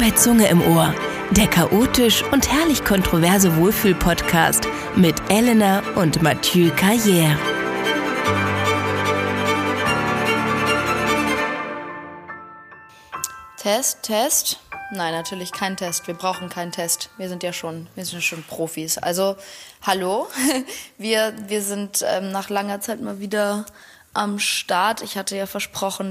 bei Zunge im Ohr. Der chaotisch und herrlich kontroverse Wohlfühl-Podcast mit Elena und Mathieu Carrière. Test? Nein, natürlich kein Test. Wir brauchen keinen Test. Wir sind schon Profis. Also, hallo. Wir sind nach langer Zeit mal wieder am Start. Ich hatte ja versprochen,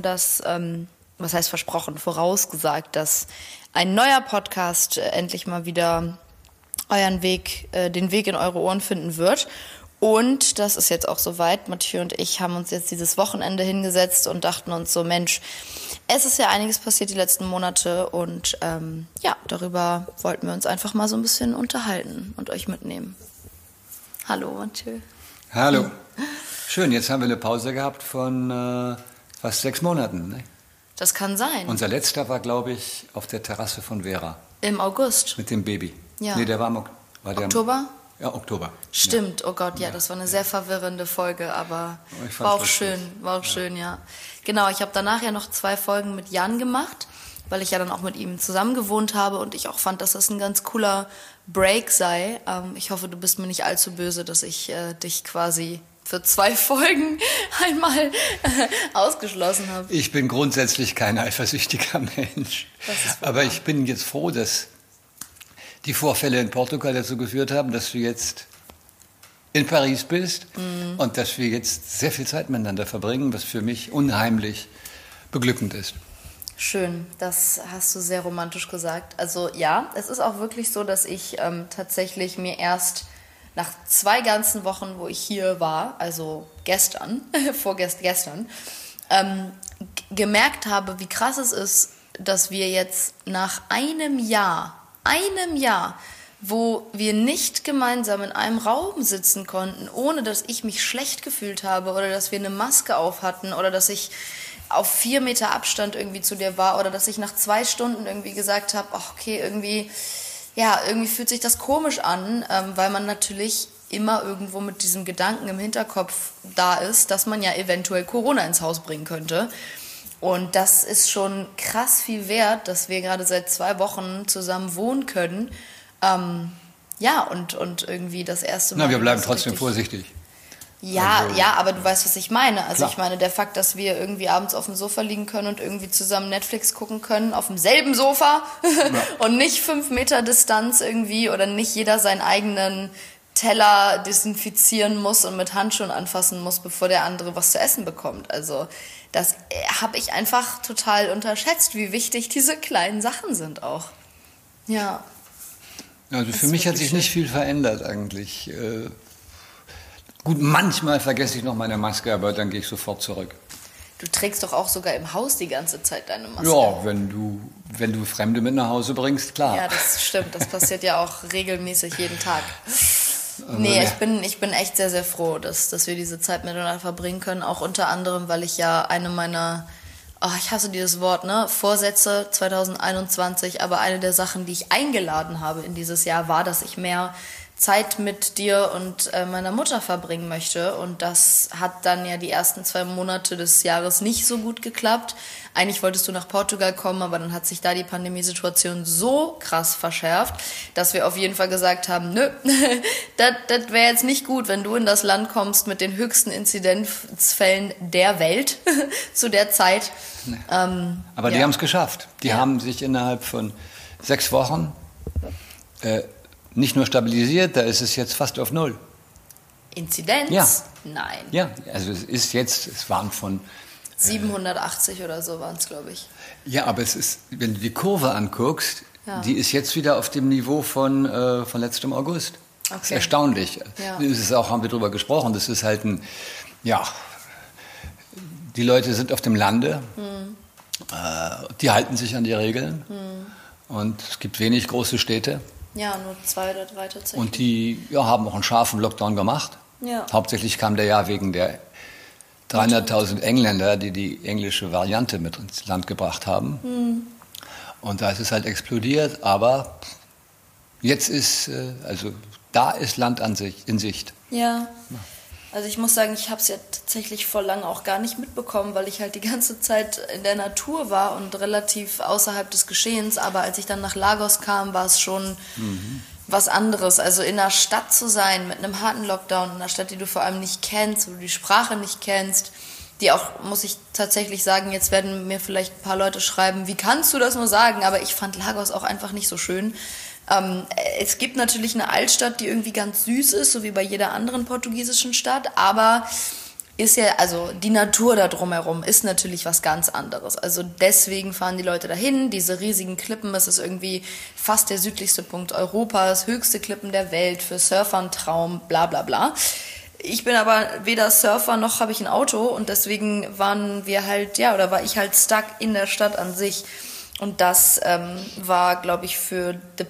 vorausgesagt, dass ein neuer Podcast endlich mal wieder den Weg in eure Ohren finden wird. Und das ist jetzt auch soweit. Mathieu und ich haben uns jetzt dieses Wochenende hingesetzt und dachten uns so, Mensch, es ist ja einiges passiert die letzten Monate und darüber wollten wir uns einfach mal so ein bisschen unterhalten und euch mitnehmen. Hallo, Mathieu. Hallo. Schön, jetzt haben wir eine Pause gehabt von fast 6 Monaten. Ne? Das kann sein. Unser letzter war, glaube ich, auf der Terrasse von Vera. Im August. Mit dem Baby. Ja. Nee, der war Oktober? Ja, Oktober. Stimmt, oh Gott, ja, das war eine sehr verwirrende Folge, aber war auch schön, ja. Genau, ich habe danach ja noch 2 Folgen mit Jan gemacht, weil ich ja dann auch mit ihm zusammen gewohnt habe und ich auch fand, dass das ein ganz cooler Break sei. Ich hoffe, du bist mir nicht allzu böse, dass ich dich quasi für 2 Folgen einmal ausgeschlossen habe. Ich bin grundsätzlich kein eifersüchtiger Mensch, aber ich bin jetzt froh, dass die Vorfälle in Portugal dazu geführt haben, dass du jetzt in Paris bist und dass wir jetzt sehr viel Zeit miteinander verbringen, was für mich unheimlich beglückend ist. Schön, das hast du sehr romantisch gesagt. Also ja, es ist auch wirklich so, dass ich tatsächlich mir erst nach 2 ganzen Wochen, wo ich hier war, also gestern, gestern, gemerkt habe, wie krass es ist, dass wir jetzt nach einem Jahr, wo wir nicht gemeinsam in einem Raum sitzen konnten, ohne dass ich mich schlecht gefühlt habe oder dass wir eine Maske auf hatten oder dass ich auf 4 Meter Abstand irgendwie zu dir war oder dass ich nach 2 Stunden irgendwie gesagt habe, ach okay, irgendwie fühlt sich das komisch an, weil man natürlich immer irgendwo mit diesem Gedanken im Hinterkopf da ist, dass man ja eventuell Corona ins Haus bringen könnte. Und das ist schon krass viel wert, dass wir gerade seit 2 Wochen zusammen wohnen können. Und irgendwie das erste Mal... Na, wir bleiben trotzdem vorsichtig. Ja, aber du weißt, was ich meine. Also klar. Ich meine, der Fakt, dass wir irgendwie abends auf dem Sofa liegen können und irgendwie zusammen Netflix gucken können, auf demselben Sofa und nicht 5 Meter Distanz irgendwie oder nicht jeder seinen eigenen Teller desinfizieren muss und mit Handschuhen anfassen muss, bevor der andere was zu essen bekommt. Also das habe ich einfach total unterschätzt, wie wichtig diese kleinen Sachen sind auch. Ja. Also für mich hat sich nicht viel verändert eigentlich. Gut, manchmal vergesse ich noch meine Maske, aber dann gehe ich sofort zurück. Du trägst doch auch sogar im Haus die ganze Zeit deine Maske. Ja, wenn du Fremde mit nach Hause bringst, klar. Ja, das stimmt. Das passiert ja auch regelmäßig jeden Tag. Nee, ich bin echt sehr, sehr froh, dass wir diese Zeit miteinander verbringen können. Auch unter anderem, weil ich ja eine meiner, ich hasse dieses Wort, Vorsätze 2021, aber eine der Sachen, die ich eingeladen habe in dieses Jahr, war, dass ich mehr Zeit mit dir und meiner Mutter verbringen möchte. Und das hat dann ja die ersten 2 Monate des Jahres nicht so gut geklappt. Eigentlich wolltest du nach Portugal kommen, aber dann hat sich da die Pandemiesituation so krass verschärft, dass wir auf jeden Fall gesagt haben, nö, das wäre jetzt nicht gut, wenn du in das Land kommst mit den höchsten Inzidenzfällen der Welt zu der Zeit. Nee. Aber die haben es geschafft. Die haben sich innerhalb von 6 Wochen nicht nur stabilisiert, da ist es jetzt fast auf 0. Inzidenz? Ja. Nein. Ja, also es waren von 780 oder so waren es, glaube ich. Ja, aber es ist, wenn du die Kurve anguckst, die ist jetzt wieder auf dem Niveau von letztem August. Okay. Das ist erstaunlich. Ja. Das ist auch, haben wir drüber gesprochen, das ist halt die Leute sind auf dem Lande, die halten sich an die Regeln und es gibt wenig große Städte. Ja, nur 2 oder 3 tatsächlich. Und die haben auch einen scharfen Lockdown gemacht. Ja. Hauptsächlich kam der ja wegen der 300.000 Engländer, die englische Variante mit ins Land gebracht haben. Und da ist es halt explodiert, aber jetzt ist, da ist Land in Sicht. Ja. Also ich muss sagen, ich habe es ja tatsächlich vor lang auch gar nicht mitbekommen, weil ich halt die ganze Zeit in der Natur war und relativ außerhalb des Geschehens. Aber als ich dann nach Lagos kam, war es schon was anderes. Also in einer Stadt zu sein mit einem harten Lockdown, in einer Stadt, die du vor allem nicht kennst, wo du die Sprache nicht kennst, die auch, muss ich tatsächlich sagen, jetzt werden mir vielleicht ein paar Leute schreiben, wie kannst du das nur sagen? Aber ich fand Lagos auch einfach nicht so schön. Es gibt natürlich eine Altstadt, die irgendwie ganz süß ist, so wie bei jeder anderen portugiesischen Stadt, aber ist ja, also die Natur da drumherum ist natürlich was ganz anderes. Also deswegen fahren die Leute dahin, diese riesigen Klippen, es ist irgendwie fast der südlichste Punkt Europas, höchste Klippen der Welt, für Surfer ein Traum, bla bla bla. Ich bin aber weder Surfer noch habe ich ein Auto und deswegen waren wir halt, ja, oder war ich halt stuck in der Stadt an sich. Und das war, glaube ich, für the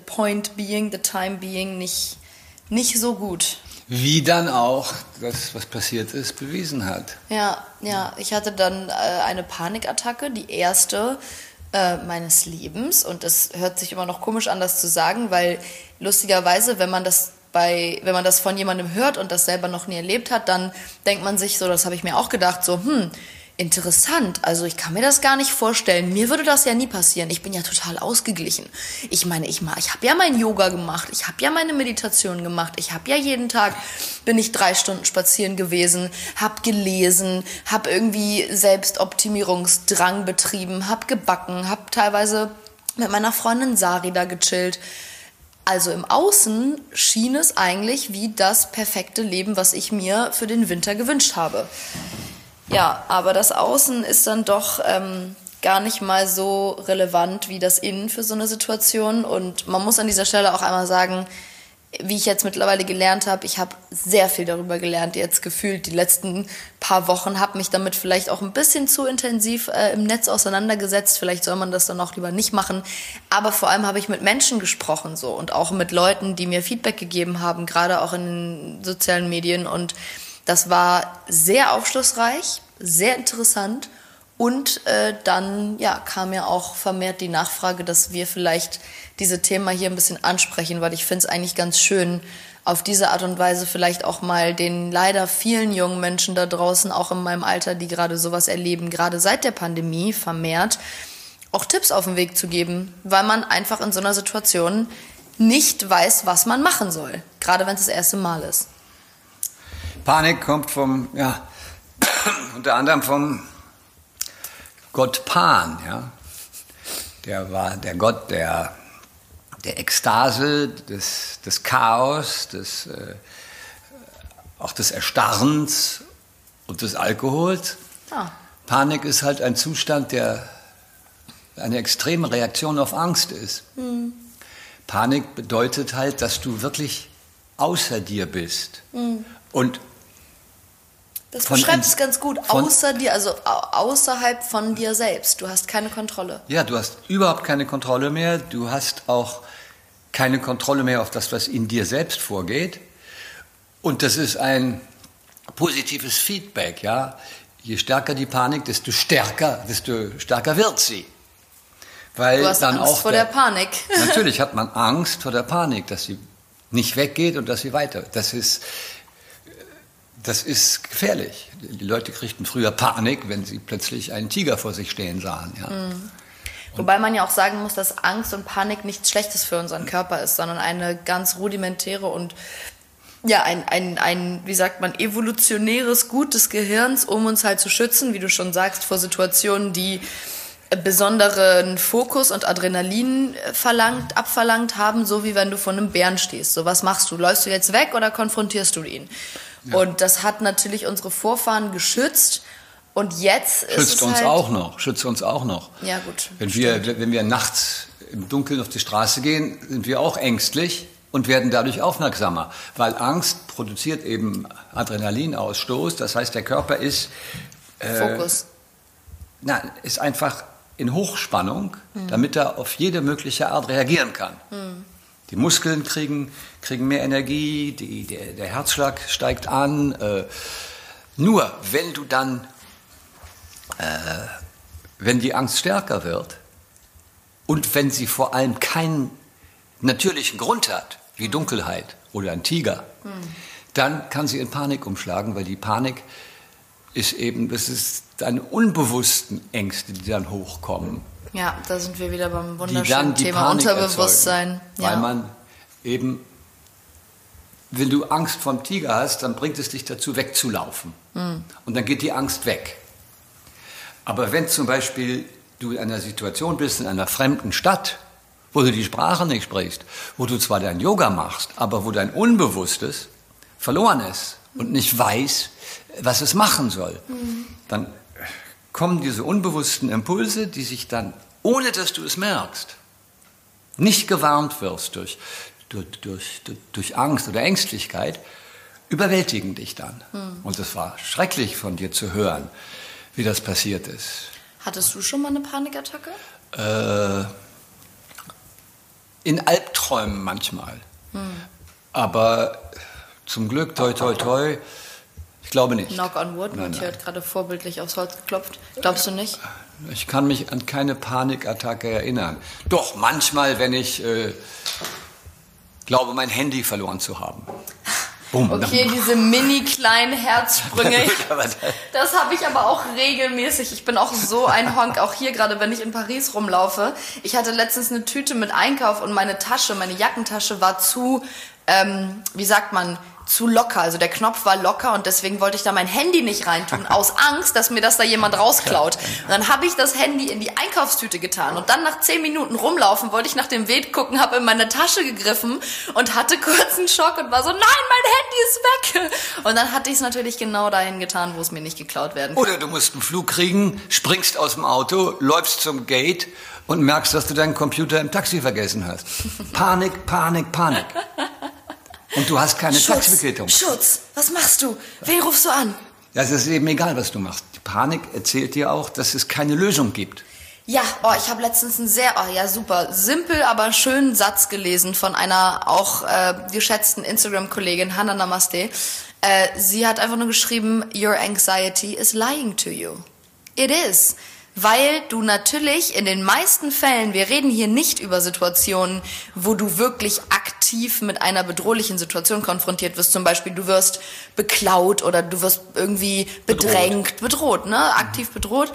time being nicht so gut. Wie dann auch das, was passiert ist, bewiesen hat. Ja, ich hatte dann eine Panikattacke, die erste meines Lebens. Und das hört sich immer noch komisch an, das zu sagen, weil lustigerweise, wenn man das von jemandem hört und das selber noch nie erlebt hat, dann denkt man sich so, das habe ich mir auch gedacht, so, interessant, also ich kann mir das gar nicht vorstellen. Mir würde das ja nie passieren. Ich bin ja total ausgeglichen. Ich meine, ich habe ja mein Yoga gemacht, ich habe ja meine Meditation gemacht, ich habe ja jeden Tag, bin ich 3 Stunden spazieren gewesen, habe gelesen, habe irgendwie Selbstoptimierungsdrang betrieben, habe gebacken, habe teilweise mit meiner Freundin Sari da gechillt. Also im Außen schien es eigentlich wie das perfekte Leben, was ich mir für den Winter gewünscht habe. Ja, aber das Außen ist dann doch gar nicht mal so relevant wie das Innen für so eine Situation. Und man muss an dieser Stelle auch einmal sagen, wie ich jetzt mittlerweile gelernt habe, ich habe sehr viel darüber gelernt, jetzt gefühlt die letzten paar Wochen, habe mich damit vielleicht auch ein bisschen zu intensiv im Netz auseinandergesetzt. Vielleicht soll man das dann auch lieber nicht machen. Aber vor allem habe ich mit Menschen gesprochen so und auch mit Leuten, die mir Feedback gegeben haben, gerade auch in den sozialen Medien. Und das war sehr aufschlussreich, sehr interessant und dann kam ja auch vermehrt die Nachfrage, dass wir vielleicht diese Themen hier ein bisschen ansprechen, weil ich finde es eigentlich ganz schön, auf diese Art und Weise vielleicht auch mal den leider vielen jungen Menschen da draußen, auch in meinem Alter, die gerade sowas erleben, gerade seit der Pandemie vermehrt, auch Tipps auf den Weg zu geben, weil man einfach in so einer Situation nicht weiß, was man machen soll, gerade wenn es das erste Mal ist. Panik kommt unter anderem vom Gott Pan, ja. Der war der Gott der Ekstase, des Chaos, auch des Erstarrens und des Alkohols. Ah. Panik ist halt ein Zustand, der eine extreme Reaktion auf Angst ist. Panik bedeutet halt, dass du wirklich außer dir bist. Und das beschreibt es ganz gut, außer dir, also außerhalb von dir selbst. Du hast keine Kontrolle. Ja, du hast überhaupt keine Kontrolle mehr. Du hast auch keine Kontrolle mehr auf das, was in dir selbst vorgeht. Und das ist ein positives Feedback, ja. Je stärker die Panik, desto stärker wird sie. Weil du hast dann Angst auch vor der Panik. Natürlich hat man Angst vor der Panik, dass sie nicht weggeht und dass sie weiter. Das ist gefährlich. Die Leute kriegten früher Panik, wenn sie plötzlich einen Tiger vor sich stehen sahen. Ja. Wobei man ja auch sagen muss, dass Angst und Panik nichts Schlechtes für unseren Körper ist, sondern eine ganz rudimentäre und ja, ein wie sagt man, evolutionäres Gut des Gehirns, um uns halt zu schützen, wie du schon sagst, vor Situationen, die besonderen Fokus und Adrenalin abverlangt haben, so wie wenn du vor einem Bären stehst. So, was machst du? Läufst du jetzt weg oder konfrontierst du ihn? Ja. Und das hat natürlich unsere Vorfahren geschützt. Und jetzt schützt uns auch noch. Ja, gut. Wenn wir nachts im Dunkeln auf die Straße gehen, sind wir auch ängstlich und werden dadurch aufmerksamer. Weil Angst produziert eben Adrenalinausstoß. Das heißt, der Körper ist Fokus. Ist einfach in Hochspannung, damit er auf jede mögliche Art reagieren kann. Die Muskeln kriegen mehr Energie, der Herzschlag steigt an. Nur wenn du dann, wenn die Angst stärker wird und wenn sie vor allem keinen natürlichen Grund hat, wie Dunkelheit oder ein Tiger, dann kann sie in Panik umschlagen, weil die Panik ist eben, das ist deine unbewussten Ängste, die dann hochkommen. Ja, da sind wir wieder beim wunderschönen Thema Panik Unterbewusstsein. Erzeugen, weil man eben, wenn du Angst vom Tiger hast, dann bringt es dich dazu, wegzulaufen. Und dann geht die Angst weg. Aber wenn zum Beispiel du in einer Situation bist, in einer fremden Stadt, wo du die Sprache nicht sprichst, wo du zwar dein Yoga machst, aber wo dein Unbewusstes verloren ist und nicht weiß, was es machen soll, dann kommen diese unbewussten Impulse, die sich dann, ohne dass du es merkst, nicht gewarnt wirst durch Angst oder Ängstlichkeit, überwältigen dich dann. Und es war schrecklich von dir zu hören, wie das passiert ist. Hattest du schon mal eine Panikattacke? In Albträumen manchmal. Aber zum Glück, toi, toi, toi, ich glaube nicht. Knock on wood, Mathieu hat gerade vorbildlich aufs Holz geklopft. Glaubst du nicht? Ich kann mich an keine Panikattacke erinnern. Doch, manchmal, wenn ich glaube, mein Handy verloren zu haben. Boom. Okay, diese mini kleinen Herzsprünge, das habe ich aber auch regelmäßig. Ich bin auch so ein Honk, auch hier gerade, wenn ich in Paris rumlaufe. Ich hatte letztens eine Tüte mit Einkauf und meine Jackentasche war zu, zu locker. Also der Knopf war locker und deswegen wollte ich da mein Handy nicht reintun, aus Angst, dass mir das da jemand rausklaut. Und dann habe ich das Handy in die Einkaufstüte getan und dann nach 10 Minuten rumlaufen, wollte ich nach dem Weg gucken, habe in meine Tasche gegriffen und hatte kurz einen Schock und war so, nein, mein Handy ist weg. Und dann hatte ich es natürlich genau dahin getan, wo es mir nicht geklaut werden kann. Oder du musst einen Flug kriegen, springst aus dem Auto, läufst zum Gate und merkst, dass du deinen Computer im Taxi vergessen hast. Panik, Panik, Panik. Und du hast keine Taxiquittung. Schutz, was machst du? Wen rufst du an? Ja, es ist eben egal, was du machst. Die Panik erzählt dir auch, dass es keine Lösung gibt. Ja, ich habe letztens einen super simpel, aber schönen Satz gelesen von einer auch geschätzten Instagram-Kollegin, Hannah Namaste. Sie hat einfach nur geschrieben, your anxiety is lying to you. It is. Weil du natürlich in den meisten Fällen, wir reden hier nicht über Situationen, wo du wirklich aktiv mit einer bedrohlichen Situation konfrontiert wirst. Zum Beispiel, du wirst beklaut oder du wirst irgendwie bedroht, ne? Aktiv bedroht.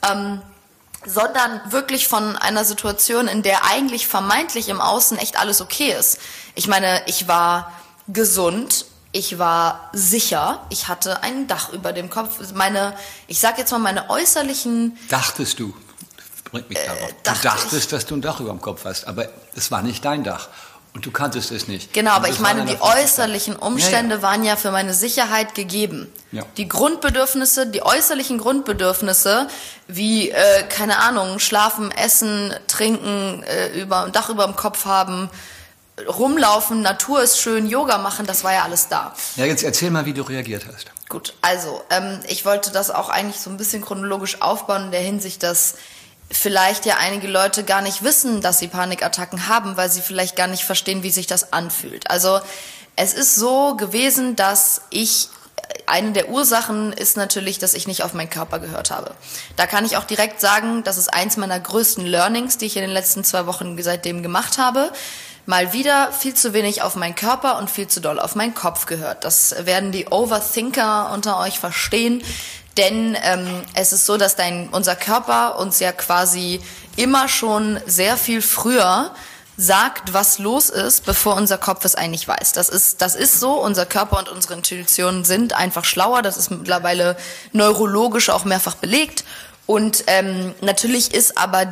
Sondern wirklich von einer Situation, in der eigentlich vermeintlich im Außen echt alles okay ist. Ich meine, ich war gesund. Ich war sicher, ich hatte ein Dach über dem Kopf. Ich sag jetzt mal meine äußerlichen... Dachtest du? Bringt mich darauf. Du dachtest, dass du ein Dach über dem Kopf hast, aber es war nicht dein Dach. Und du kanntest es nicht. Genau, aber ich meine, die äußerlichen Umstände waren ja für meine Sicherheit gegeben. Ja. Die Grundbedürfnisse, die äußerlichen Grundbedürfnisse, wie, keine Ahnung, schlafen, essen, trinken, ein Dach über dem Kopf haben... Rumlaufen, Natur ist schön, Yoga machen, das war ja alles da. Ja, jetzt erzähl mal, wie du reagiert hast. Gut, also ich wollte das auch eigentlich so ein bisschen chronologisch aufbauen in der Hinsicht, dass vielleicht ja einige Leute gar nicht wissen, dass sie Panikattacken haben, weil sie vielleicht gar nicht verstehen, wie sich das anfühlt. Also es ist so gewesen, dass eine der Ursachen ist natürlich, dass ich nicht auf meinen Körper gehört habe. Da kann ich auch direkt sagen, das ist eins meiner größten Learnings, die ich in den letzten 2 Wochen seitdem gemacht habe. Mal wieder viel zu wenig auf meinen Körper und viel zu doll auf meinen Kopf gehört. Das werden die Overthinker unter euch verstehen, denn es ist so, dass unser Körper uns ja quasi immer schon sehr viel früher sagt, was los ist, bevor unser Kopf es eigentlich weiß. Das ist so, unser Körper und unsere Intuitionen sind einfach schlauer, das ist mittlerweile neurologisch auch mehrfach belegt und natürlich ist aber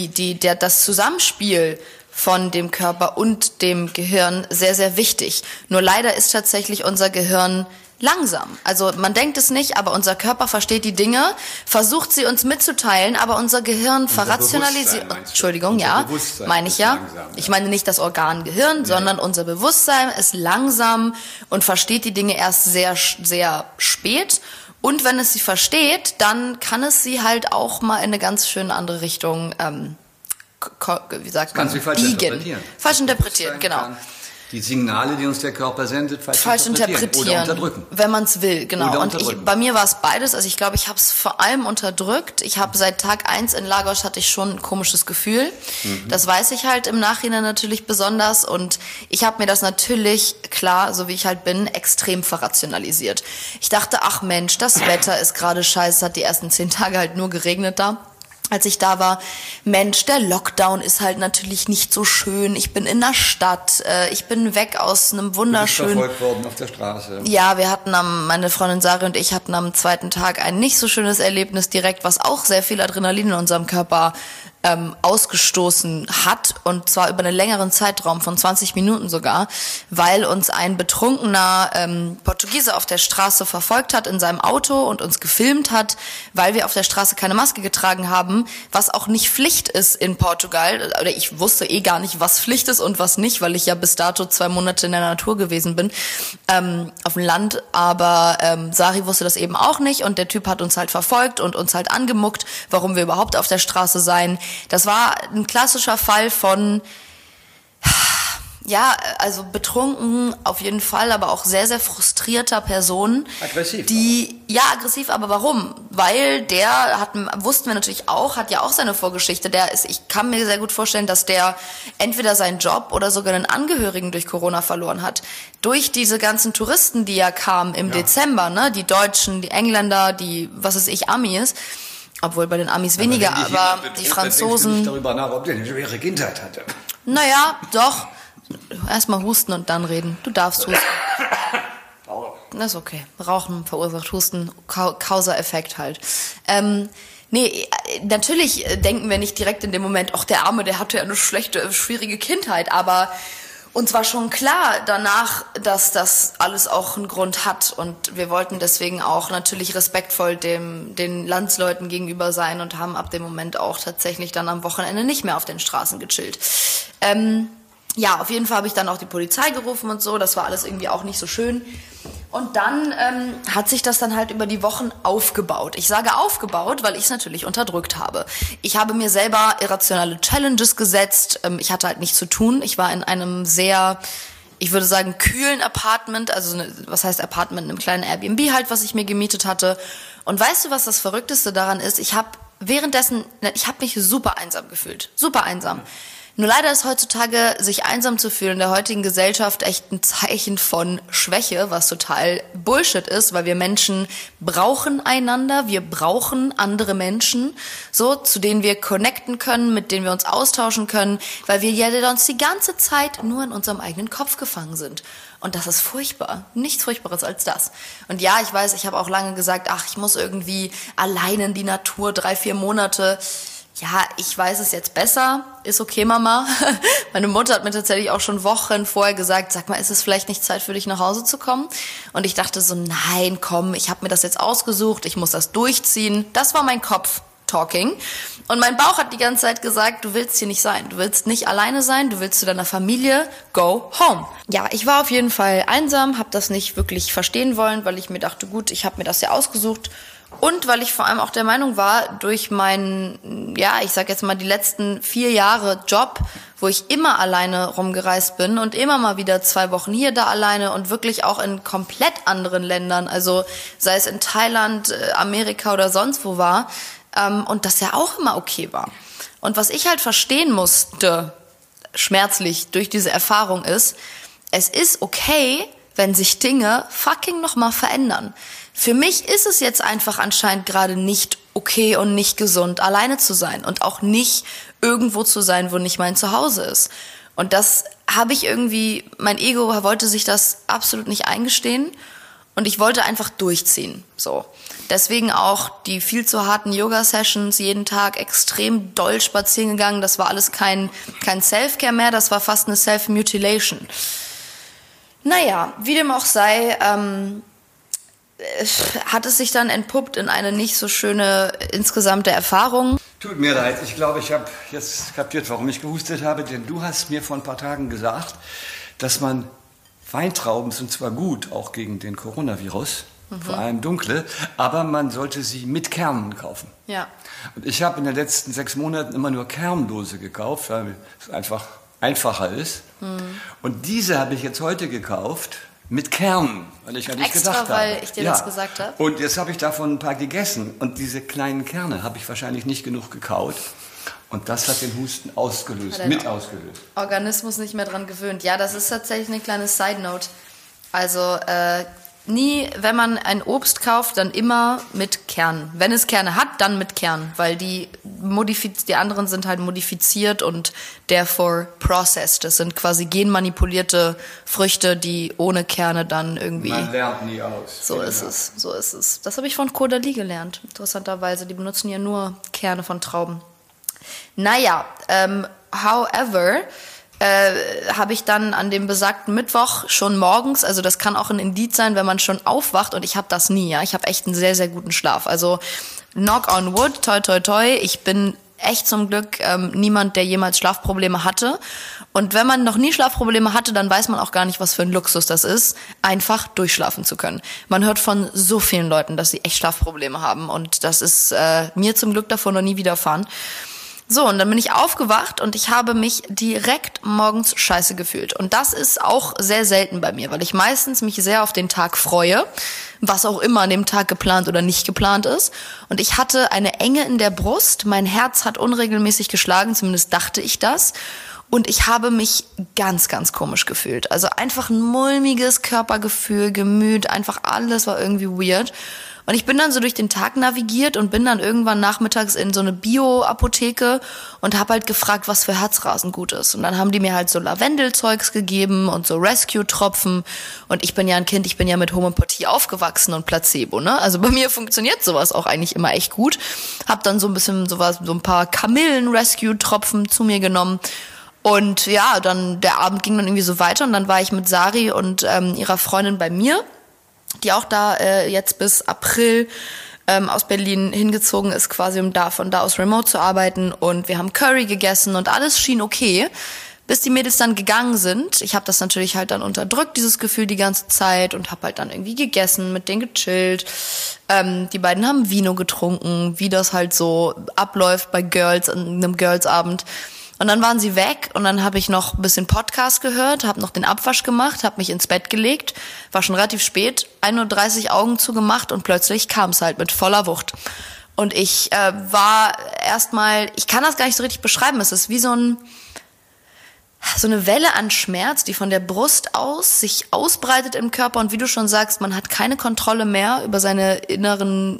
das Zusammenspiel von dem Körper und dem Gehirn sehr, sehr wichtig. Nur leider ist tatsächlich unser Gehirn langsam. Also man denkt es nicht, aber unser Körper versteht die Dinge, versucht sie uns mitzuteilen, aber unser Gehirn verrationalisiert. Entschuldigung, ja, meine ich ja. Langsam, ja. Ich meine nicht das Organ Gehirn, sondern unser Bewusstsein ist langsam und versteht die Dinge erst sehr, sehr spät. Und wenn es sie versteht, dann kann es sie halt auch mal in eine ganz schön andere Richtung wie sagt man, biegen. Falsch interpretieren, genau. Die Signale, die uns der Körper sendet, falsch interpretieren. Oder unterdrücken. Wenn man es will, genau. Oder Und bei mir war es beides. Also ich glaube, ich habe es vor allem unterdrückt. Ich habe seit Tag 1 in Lagos hatte ich schon ein komisches Gefühl. Das weiß ich halt im Nachhinein natürlich besonders. Und ich habe mir das natürlich, klar, so wie ich halt bin, extrem verrationalisiert. Ich dachte, ach Mensch, das Wetter ist gerade scheiße. Es hat die ersten 10 Tage halt nur geregnet da. Als ich da war, Mensch, der Lockdown ist halt natürlich nicht so schön. Ich bin in der Stadt, ich bin weg aus einem wunderschönen... Du bist verfolgt worden auf der Straße. Ja, meine Freundin Sari und ich hatten am 2. Tag ein nicht so schönes Erlebnis direkt, was auch sehr viel Adrenalin in unserem Körper ausgestoßen hat, und zwar über einen längeren Zeitraum von 20 Minuten sogar, weil uns ein betrunkener Portugiese auf der Straße verfolgt hat in seinem Auto und uns gefilmt hat, weil wir auf der Straße keine Maske getragen haben, was auch nicht Pflicht ist in Portugal. Oder ich wusste gar nicht, was Pflicht ist und was nicht, weil ich ja bis dato 2 Monate in der Natur gewesen bin, auf dem Land. Aber Sari wusste das eben auch nicht, und der Typ hat uns halt verfolgt und uns halt angemuckt, warum wir überhaupt auf der Straße seien. Das war ein klassischer Fall von, ja, also betrunken auf jeden Fall, aber auch sehr, sehr frustrierter Person. Aggressiv. Ja, aggressiv, aber warum? Weil wussten wir natürlich auch, hat ja auch seine Vorgeschichte. Ich kann mir sehr gut vorstellen, dass der entweder seinen Job oder sogar einen Angehörigen durch Corona verloren hat. Durch diese ganzen Touristen, die ja kamen im Dezember, ne, die Deutschen, die Engländer, die, Amis. Obwohl bei den Amis weniger, aber die Franzosen... Denkst du nicht darüber nach, ob der eine schwere Kindheit hatte? Naja, doch. Erstmal husten und dann reden. Du darfst husten. Das ist okay. Rauchen verursacht Husten. Causa-Effekt halt. Nee, natürlich denken wir nicht direkt in dem Moment, ach, der Arme, der hatte ja eine schwierige Kindheit, aber... Uns war schon klar danach, dass das alles auch einen Grund hat, und wir wollten deswegen auch natürlich respektvoll den Landsleuten gegenüber sein und haben ab dem Moment auch tatsächlich dann am Wochenende nicht mehr auf den Straßen gechillt. Ja, auf jeden Fall habe ich dann auch die Polizei gerufen und so, das war alles irgendwie auch nicht so schön. Und dann hat sich das dann halt über die Wochen aufgebaut. Ich sage aufgebaut, weil ich es natürlich unterdrückt habe. Ich habe mir selber irrationale Challenges gesetzt. Ich hatte halt nichts zu tun. Ich war in einem sehr, ich würde sagen, kühlen Apartment. Also was heißt Apartment? In einem kleinen Airbnb halt, was ich mir gemietet hatte. Und weißt du, was das Verrückteste daran ist? Ich habe mich super einsam gefühlt. Super einsam. Nur leider ist heutzutage, sich einsam zu fühlen in der heutigen Gesellschaft echt ein Zeichen von Schwäche, was total Bullshit ist, weil wir Menschen brauchen einander, wir brauchen andere Menschen, so, zu denen wir connecten können, mit denen wir uns austauschen können, weil wir ja sonst die ganze Zeit nur in unserem eigenen Kopf gefangen sind. Und das ist furchtbar. Nichts Furchtbares als das. Und ja, ich weiß, ich habe auch lange gesagt, ach, ich muss irgendwie allein in die Natur 3-4 Monate. Ja, ich weiß es jetzt besser. Ist okay, Mama. Meine Mutter hat mir tatsächlich auch schon Wochen vorher gesagt, sag mal, ist es vielleicht nicht Zeit für dich, nach Hause zu kommen? Und ich dachte so, nein, komm, ich habe mir das jetzt ausgesucht, ich muss das durchziehen. Das war mein Kopf talking. Und mein Bauch hat die ganze Zeit gesagt, du willst hier nicht sein. Du willst nicht alleine sein, du willst zu deiner Familie, go home. Ja, ich war auf jeden Fall einsam, habe das nicht wirklich verstehen wollen, weil ich mir dachte, gut, ich habe mir das ja ausgesucht. Und weil ich vor allem auch der Meinung war, durch meinen, ja, ich sag jetzt mal die letzten 4 Jahre Job, wo ich immer alleine rumgereist bin und immer mal wieder 2 Wochen hier, da alleine und wirklich auch in komplett anderen Ländern, also sei es in Thailand, Amerika oder sonst wo war, und das ja auch immer okay war. Und was ich halt verstehen musste, schmerzlich durch diese Erfahrung ist, es ist okay, wenn sich Dinge fucking nochmal verändern. Für mich ist es jetzt einfach anscheinend gerade nicht okay und nicht gesund, alleine zu sein und auch nicht irgendwo zu sein, wo nicht mein Zuhause ist. Und das habe ich irgendwie, mein Ego wollte sich das absolut nicht eingestehen und ich wollte einfach durchziehen, so. Deswegen auch die viel zu harten Yoga-Sessions, jeden Tag extrem doll spazieren gegangen. Das war alles kein Self-Care mehr, das war fast eine Self-Mutilation. Naja, wie dem auch sei, hat es sich dann entpuppt in eine nicht so schöne insgesamte Erfahrung. Tut mir leid, ich glaube, ich habe jetzt kapiert, warum ich gehustet habe, denn du hast mir vor ein paar Tagen gesagt, dass man Weintrauben sind zwar gut, auch gegen den Coronavirus, vor allem dunkle, aber man sollte sie mit Kernen kaufen. Ja. Und ich habe in den letzten 6 Monaten immer nur kernlose gekauft, weil es einfach einfacher ist. Und diese habe ich jetzt heute gekauft mit Kernen, weil ich an dich gedacht habe. Weil ich dir das gesagt habe. Und jetzt habe ich davon ein paar gegessen und diese kleinen Kerne habe ich wahrscheinlich nicht genug gekaut. Und das hat den Husten ausgelöst, ausgelöst. Organismus nicht mehr dran gewöhnt. Ja, das ist tatsächlich eine kleine Side-Note. Also nie, wenn man ein Obst kauft, dann immer mit Kernen. Wenn es Kerne hat, dann mit Kernen, weil die anderen sind halt modifiziert und therefore processed. Das sind quasi genmanipulierte Früchte, die ohne Kerne dann irgendwie... Man lernt nie aus. So ist es. Das habe ich von Caudalie gelernt, interessanterweise. Die benutzen ja nur Kerne von Trauben. Naja, however... habe ich dann an dem besagten Mittwoch schon morgens, also das kann auch ein Indiz sein, wenn man schon aufwacht, und ich habe das nie, ja, ich habe echt einen sehr, sehr guten Schlaf, also knock on wood, toi toi toi, ich bin echt zum Glück niemand, der jemals Schlafprobleme hatte, und wenn man noch nie Schlafprobleme hatte, dann weiß man auch gar nicht, was für ein Luxus das ist, einfach durchschlafen zu können. Man hört von so vielen Leuten, dass sie echt Schlafprobleme haben, und das ist mir zum Glück davon noch nie widerfahren. So, und dann bin ich aufgewacht und ich habe mich direkt morgens scheiße gefühlt. Und das ist auch sehr selten bei mir, weil ich meistens mich sehr auf den Tag freue, was auch immer an dem Tag geplant oder nicht geplant ist. Und ich hatte eine Enge in der Brust, mein Herz hat unregelmäßig geschlagen, zumindest dachte ich das. Und ich habe mich ganz, ganz komisch gefühlt. Also einfach ein mulmiges Körpergefühl, Gemüt, einfach alles war irgendwie weird. Und ich bin dann so durch den Tag navigiert und bin dann irgendwann nachmittags in so eine Bio-Apotheke und habe halt gefragt, was für Herzrasen gut ist. Und dann haben die mir halt so Lavendelzeugs gegeben und so Rescue-Tropfen. Und ich bin ja ein Kind, ich bin ja mit Homöopathie aufgewachsen und Placebo, ne? Also bei mir funktioniert sowas auch eigentlich immer echt gut. Hab dann so ein bisschen so ein paar Kamillen-Rescue-Tropfen zu mir genommen. Und ja, dann der Abend ging dann irgendwie so weiter und dann war ich mit Sari und ihrer Freundin bei mir, die auch da jetzt bis April aus Berlin hingezogen ist, quasi um von da aus remote zu arbeiten. Und wir haben Curry gegessen und alles schien okay, bis die Mädels dann gegangen sind. Ich habe das natürlich halt dann unterdrückt, dieses Gefühl die ganze Zeit, und habe halt dann irgendwie gegessen, mit denen gechillt. Die beiden haben Vino getrunken, wie das halt so abläuft bei Girls an einem Girls-Abend. Und dann waren sie weg und dann habe ich noch ein bisschen Podcast gehört, habe noch den Abwasch gemacht, habe mich ins Bett gelegt, war schon relativ spät, 1:30 Uhr Augen zugemacht und plötzlich kam es halt mit voller Wucht. Und ich war erstmal, ich kann das gar nicht so richtig beschreiben, es ist wie so eine Welle an Schmerz, die von der Brust aus sich ausbreitet im Körper, und wie du schon sagst, man hat keine Kontrolle mehr über seine innere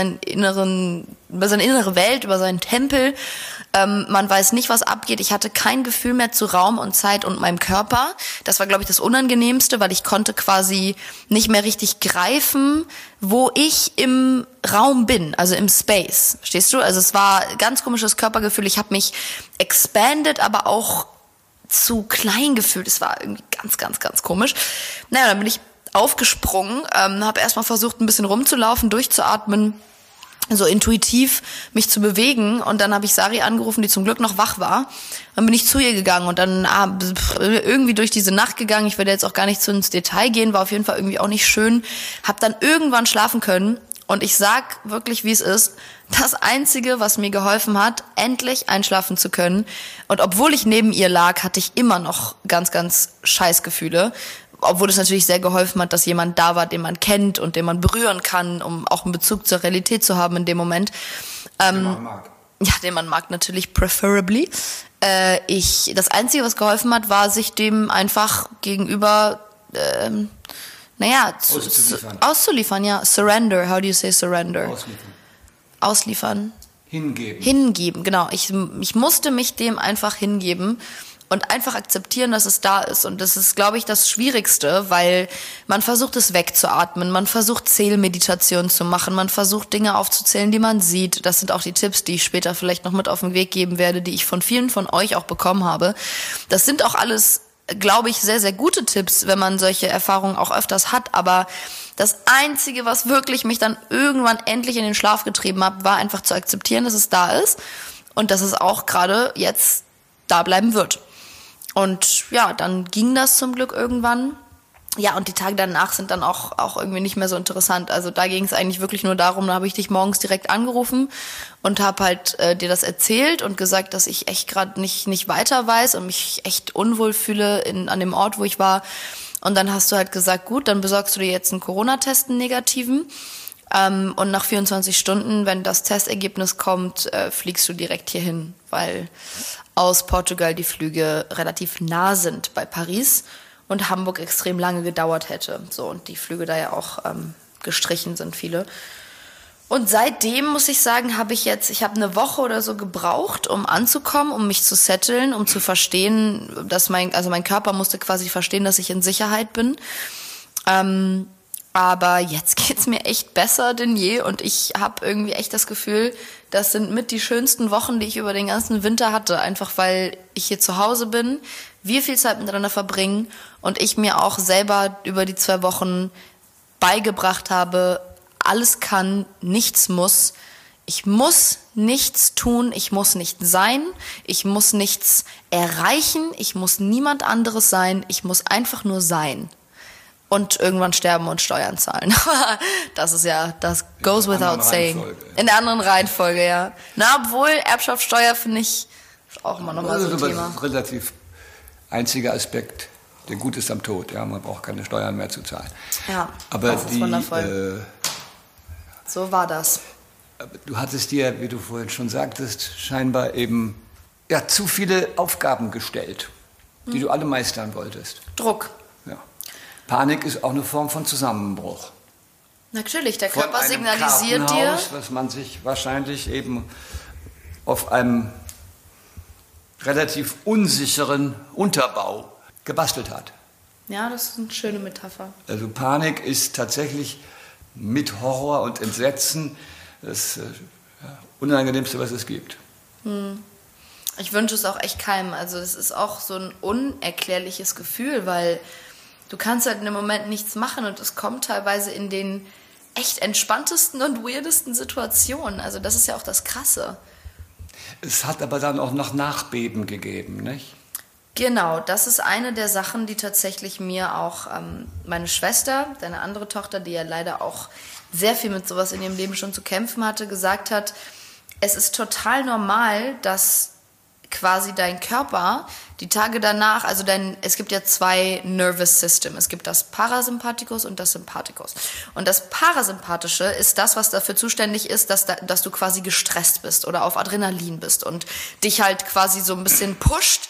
Welt, über seinen Tempel. Man weiß nicht, was abgeht. Ich hatte kein Gefühl mehr zu Raum und Zeit und meinem Körper. Das war, glaube ich, das Unangenehmste, weil ich konnte quasi nicht mehr richtig greifen, wo ich im Raum bin, also im Space. Verstehst du? Also es war ein ganz komisches Körpergefühl. Ich habe mich expanded, aber auch zu klein gefühlt. Es war irgendwie ganz, ganz, ganz komisch. Naja, dann bin ich aufgesprungen, habe erstmal versucht, ein bisschen rumzulaufen, durchzuatmen, so intuitiv mich zu bewegen, und dann habe ich Sari angerufen, die zum Glück noch wach war. Dann bin ich zu ihr gegangen und dann irgendwie durch diese Nacht gegangen. Ich werde jetzt auch gar nicht so ins Detail gehen, war auf jeden Fall irgendwie auch nicht schön. Habe dann irgendwann schlafen können, und ich sag wirklich, wie es ist, das Einzige, was mir geholfen hat, endlich einschlafen zu können. Und obwohl ich neben ihr lag, hatte ich immer noch ganz, ganz Scheißgefühle. Obwohl es natürlich sehr geholfen hat, dass jemand da war, den man kennt und den man berühren kann, um auch einen Bezug zur Realität zu haben in dem Moment. Den man mag. Ja, den man mag natürlich, preferably. Das Einzige, was geholfen hat, war, sich dem einfach gegenüber, auszuliefern, ja. Surrender, how do you say surrender? Ausliefern. Hingeben, genau. Ich musste mich dem einfach hingeben und einfach akzeptieren, dass es da ist. Und das ist, glaube ich, das Schwierigste, weil man versucht, es wegzuatmen, man versucht, Zählmeditation zu machen, man versucht, Dinge aufzuzählen, die man sieht. Das sind auch die Tipps, die ich später vielleicht noch mit auf den Weg geben werde, die ich von vielen von euch auch bekommen habe. Das sind auch alles, glaube ich, sehr, sehr gute Tipps, wenn man solche Erfahrungen auch öfters hat. Aber das Einzige, was wirklich mich dann irgendwann endlich in den Schlaf getrieben hat, war einfach zu akzeptieren, dass es da ist und dass es auch gerade jetzt da bleiben wird. Und ja, dann ging das zum Glück irgendwann. Ja, und die Tage danach sind dann auch irgendwie nicht mehr so interessant. Also da ging es eigentlich wirklich nur darum, da habe ich dich morgens direkt angerufen und habe halt dir das erzählt und gesagt, dass ich echt gerade nicht weiter weiß und mich echt unwohl fühle an dem Ort, wo ich war. Und dann hast du halt gesagt, gut, dann besorgst du dir jetzt einen Corona-Test, einen negativen. Und nach 24 Stunden, wenn das Testergebnis kommt, fliegst du direkt hierhin, weil aus Portugal die Flüge relativ nah sind bei Paris. Und Hamburg extrem lange gedauert hätte. So, und die Flüge da ja auch gestrichen sind, viele. Und seitdem, muss ich sagen, ich habe eine Woche oder so gebraucht, um anzukommen, um mich zu setteln, um zu verstehen, dass mein Körper musste quasi verstehen, dass ich in Sicherheit bin. Aber jetzt geht's mir echt besser denn je und ich habe irgendwie echt das Gefühl, das sind mit die schönsten Wochen, die ich über den ganzen Winter hatte. Einfach weil ich hier zu Hause bin, wir viel Zeit miteinander verbringen und ich mir auch selber über die 2 Wochen beigebracht habe, alles kann, nichts muss. Ich muss nichts tun, ich muss nicht sein, ich muss nichts erreichen, ich muss niemand anderes sein, ich muss einfach nur sein. Und irgendwann sterben und Steuern zahlen. Das goes without saying. In der anderen Reihenfolge, ja. Na, obwohl Erbschaftssteuer finde ich auch immer nochmal so ein Thema. Das ist ein relativ einziger Aspekt, der gut ist am Tod. Ja, man braucht keine Steuern mehr zu zahlen. Ja, aber das ist wundervoll. So war das. Du hattest dir, wie du vorhin schon sagtest, scheinbar eben zu viele Aufgaben gestellt, die du alle meistern wolltest. Druck. Ja. Panik ist auch eine Form von Zusammenbruch. Natürlich, der Körper signalisiert dir, was man sich wahrscheinlich eben auf einem relativ unsicheren Unterbau gebastelt hat. Ja, das ist eine schöne Metapher. Also Panik ist tatsächlich mit Horror und Entsetzen das Unangenehmste, was es gibt. Ich wünsche es auch echt keinem. Also es ist auch so ein unerklärliches Gefühl, weil du kannst halt in dem Moment nichts machen und es kommt teilweise in den echt entspanntesten und weirdesten Situationen. Also das ist ja auch das Krasse. Es hat aber dann auch noch Nachbeben gegeben, nicht? Genau, das ist eine der Sachen, die tatsächlich mir auch meine Schwester, deine andere Tochter, die ja leider auch sehr viel mit sowas in ihrem Leben schon zu kämpfen hatte, gesagt hat, es ist total normal, dass quasi dein Körper die Tage danach, also es gibt ja 2 Nervous System. Es gibt das Parasympathikus und das Sympathikus. Und das Parasympathische ist das, was dafür zuständig ist, dass du quasi gestresst bist oder auf Adrenalin bist und dich halt quasi so ein bisschen pusht,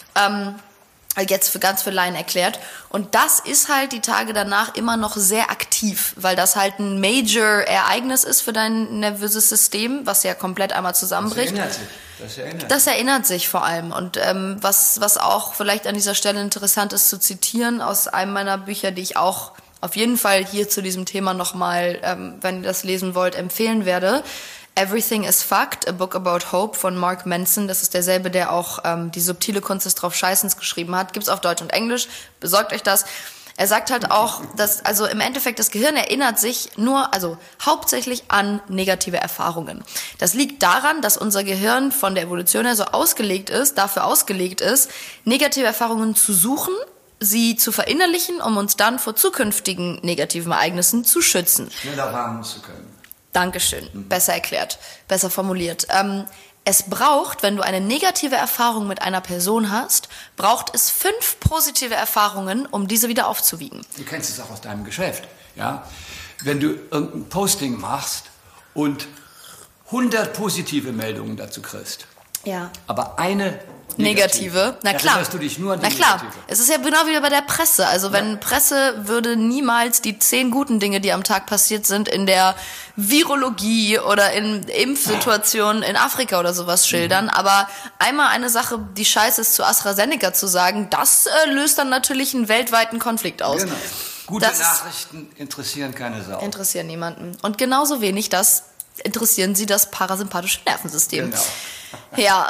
jetzt für ganz für Laien erklärt. Und das ist halt die Tage danach immer noch sehr aktiv, weil das halt ein Major-Ereignis ist für dein nervöses System, was ja komplett einmal zusammenbricht. Das erinnert sich vor allem. Und was auch vielleicht an dieser Stelle interessant ist zu zitieren aus einem meiner Bücher, die ich auch auf jeden Fall hier zu diesem Thema nochmal, wenn ihr das lesen wollt, empfehlen werde. Everything is Fucked, a book about hope von Mark Manson. Das ist derselbe, der auch die subtile Kunst des Draufscheißens geschrieben hat. Gibt's auf Deutsch und Englisch. Besorgt euch das. Er sagt halt auch, dass also im Endeffekt das Gehirn erinnert sich hauptsächlich an negative Erfahrungen. Das liegt daran, dass unser Gehirn von der Evolution her so dafür ausgelegt ist, negative Erfahrungen zu suchen, sie zu verinnerlichen, um uns dann vor zukünftigen negativen Ereignissen zu schützen. Schneller warnen zu können. Dankeschön. Besser erklärt, besser formuliert. Es braucht, wenn du eine negative Erfahrung mit einer Person hast, braucht es 5 positive Erfahrungen, um diese wieder aufzuwiegen. Du kennst es auch aus deinem Geschäft. Ja? Wenn du irgendein Posting machst und 100 positive Meldungen dazu kriegst, aber eine negative. Na klar. Erinnerst du dich nur an die Negative? Negative? Es ist ja genau wie bei der Presse. Also wenn Presse würde niemals die 10 guten Dinge, die am Tag passiert sind, in der Virologie oder in Impfsituationen in Afrika oder sowas schildern. Aber einmal eine Sache, die scheiße ist, zu AstraZeneca zu sagen, das löst dann natürlich einen weltweiten Konflikt aus. Genau. Gute Nachrichten interessieren keine Sau. Interessieren niemanden. Und genauso wenig interessieren sie das parasympathische Nervensystem. Genau. Ja,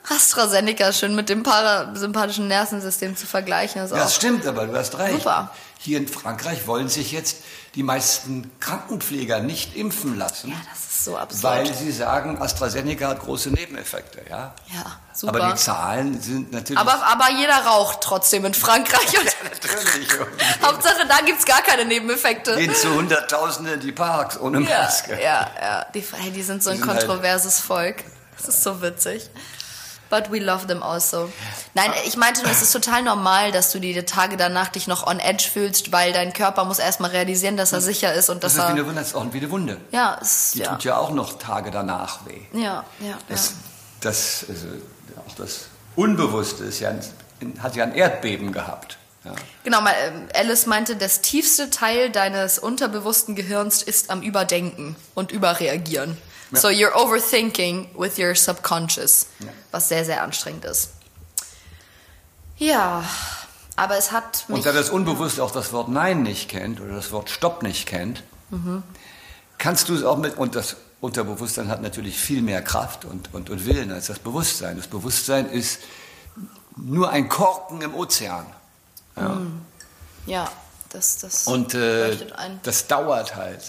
AstraZeneca schön mit dem parasympathischen Nervensystem zu vergleichen. Das stimmt, aber du hast recht. Super. hier in Frankreich wollen sich jetzt die meisten Krankenpfleger nicht impfen lassen. Ja, das ist so absurd. Weil sie sagen, AstraZeneca hat große Nebeneffekte. Ja, super. Aber die Zahlen sind natürlich... Aber jeder raucht trotzdem in Frankreich. Und natürlich. Hauptsache, da gibt es gar keine Nebeneffekte. Gehen zu Hunderttausende in die Parks ohne Maske. Ja. Die sind so ein kontroverses Volk. Das ist so witzig. But we love them also. Nein, ich meinte nur, es ist total normal, dass du die Tage danach dich noch on edge fühlst, weil dein Körper muss erstmal realisieren, dass er sicher ist. Und das ist wie eine Wunde. Ja, die tut ja auch noch Tage danach weh. Ja. Das Unbewusste hat ja ein Erdbeben gehabt. Ja. Genau, Alice meinte, das tiefste Teil deines unterbewussten Gehirns ist am Überdenken und Überreagieren. Ja. So you're overthinking with your subconscious, was sehr, sehr anstrengend ist. Ja, aber es hat mich... Und da das Unbewusste auch das Wort Nein nicht kennt oder das Wort Stopp nicht kennt, kannst du es auch und das Unterbewusstsein hat natürlich viel mehr Kraft und Willen als das Bewusstsein. Das Bewusstsein ist nur ein Korken im Ozean. Ja, das und leuchtet ein. Das dauert halt.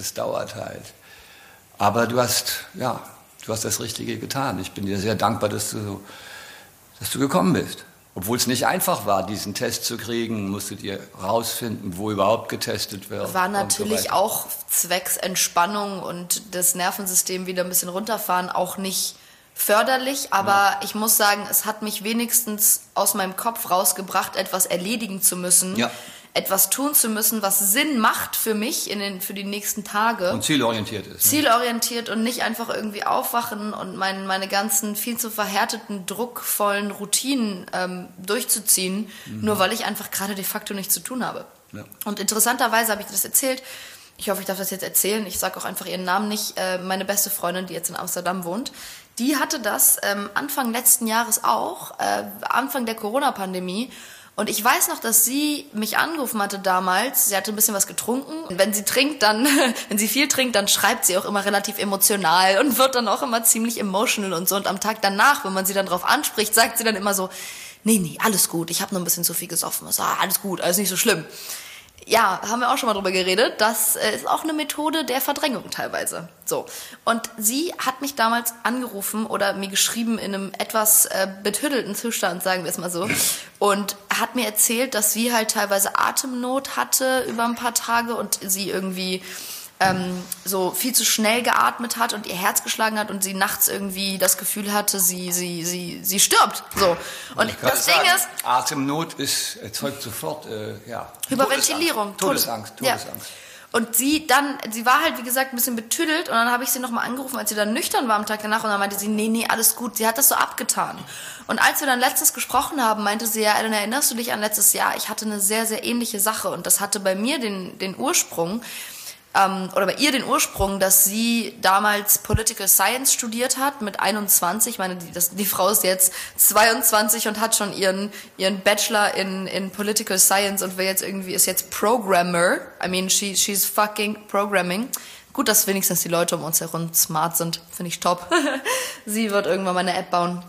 Aber du hast das Richtige getan. Ich bin dir sehr dankbar, dass du gekommen bist. Obwohl es nicht einfach war, diesen Test zu kriegen, musstet ihr rausfinden, wo überhaupt getestet wird. War natürlich auch zwecks Entspannung und das Nervensystem wieder ein bisschen runterfahren auch nicht förderlich, aber ich muss sagen, es hat mich wenigstens aus meinem Kopf rausgebracht, etwas erledigen zu müssen, etwas tun zu müssen, was Sinn macht für mich für die nächsten Tage. Und zielorientiert ist. Zielorientiert und nicht einfach irgendwie aufwachen und meine ganzen viel zu verhärteten, druckvollen Routinen durchzuziehen, nur weil ich einfach gerade de facto nichts zu tun habe. Ja. Und interessanterweise habe ich das erzählt, ich hoffe, ich darf das jetzt erzählen, ich sage auch einfach ihren Namen nicht, meine beste Freundin, die jetzt in Amsterdam wohnt, die hatte das Anfang letzten Jahres auch, Anfang der Corona-Pandemie. Und ich weiß noch, dass sie mich angerufen hatte damals. Sie hatte ein bisschen was getrunken. Und wenn sie viel trinkt, dann schreibt sie auch immer relativ emotional und wird dann auch immer ziemlich emotional und so. Und am Tag danach, wenn man sie dann drauf anspricht, sagt sie dann immer so, nee, alles gut, ich habe nur ein bisschen zu viel gesoffen. So, alles gut, alles nicht so schlimm. Ja, haben wir auch schon mal drüber geredet. Das ist auch eine Methode der Verdrängung teilweise. So. Und sie hat mich damals angerufen oder mir geschrieben in einem etwas betüddelten Zustand, sagen wir es mal so. Und hat mir erzählt, dass sie halt teilweise Atemnot hatte über ein paar Tage und sie irgendwie so viel zu schnell geatmet hat und ihr Herz geschlagen hat und sie nachts irgendwie das Gefühl hatte, sie stirbt. So. Und das Ding ist... Atemnot erzeugt sofort, Hyperventilierung. Todesangst. Ja. Und sie war halt, wie gesagt, ein bisschen betüdelt und dann habe ich sie nochmal angerufen, als sie dann nüchtern war am Tag danach und dann meinte sie, nee, alles gut. Sie hat das so abgetan. Und als wir dann letztens gesprochen haben, meinte sie, ja, Ellen, erinnerst du dich an letztes Jahr? Ich hatte eine sehr, sehr ähnliche Sache und das hatte bei mir den Ursprung, oder bei ihr den Ursprung, dass sie damals Political Science studiert hat mit 21. Ich meine, die Frau ist jetzt 22 und hat schon ihren Bachelor in Political Science und ist jetzt Programmer. I mean, she's fucking programming. Gut, dass wenigstens die Leute um uns herum smart sind. Finde ich top. Sie wird irgendwann mal eine App bauen.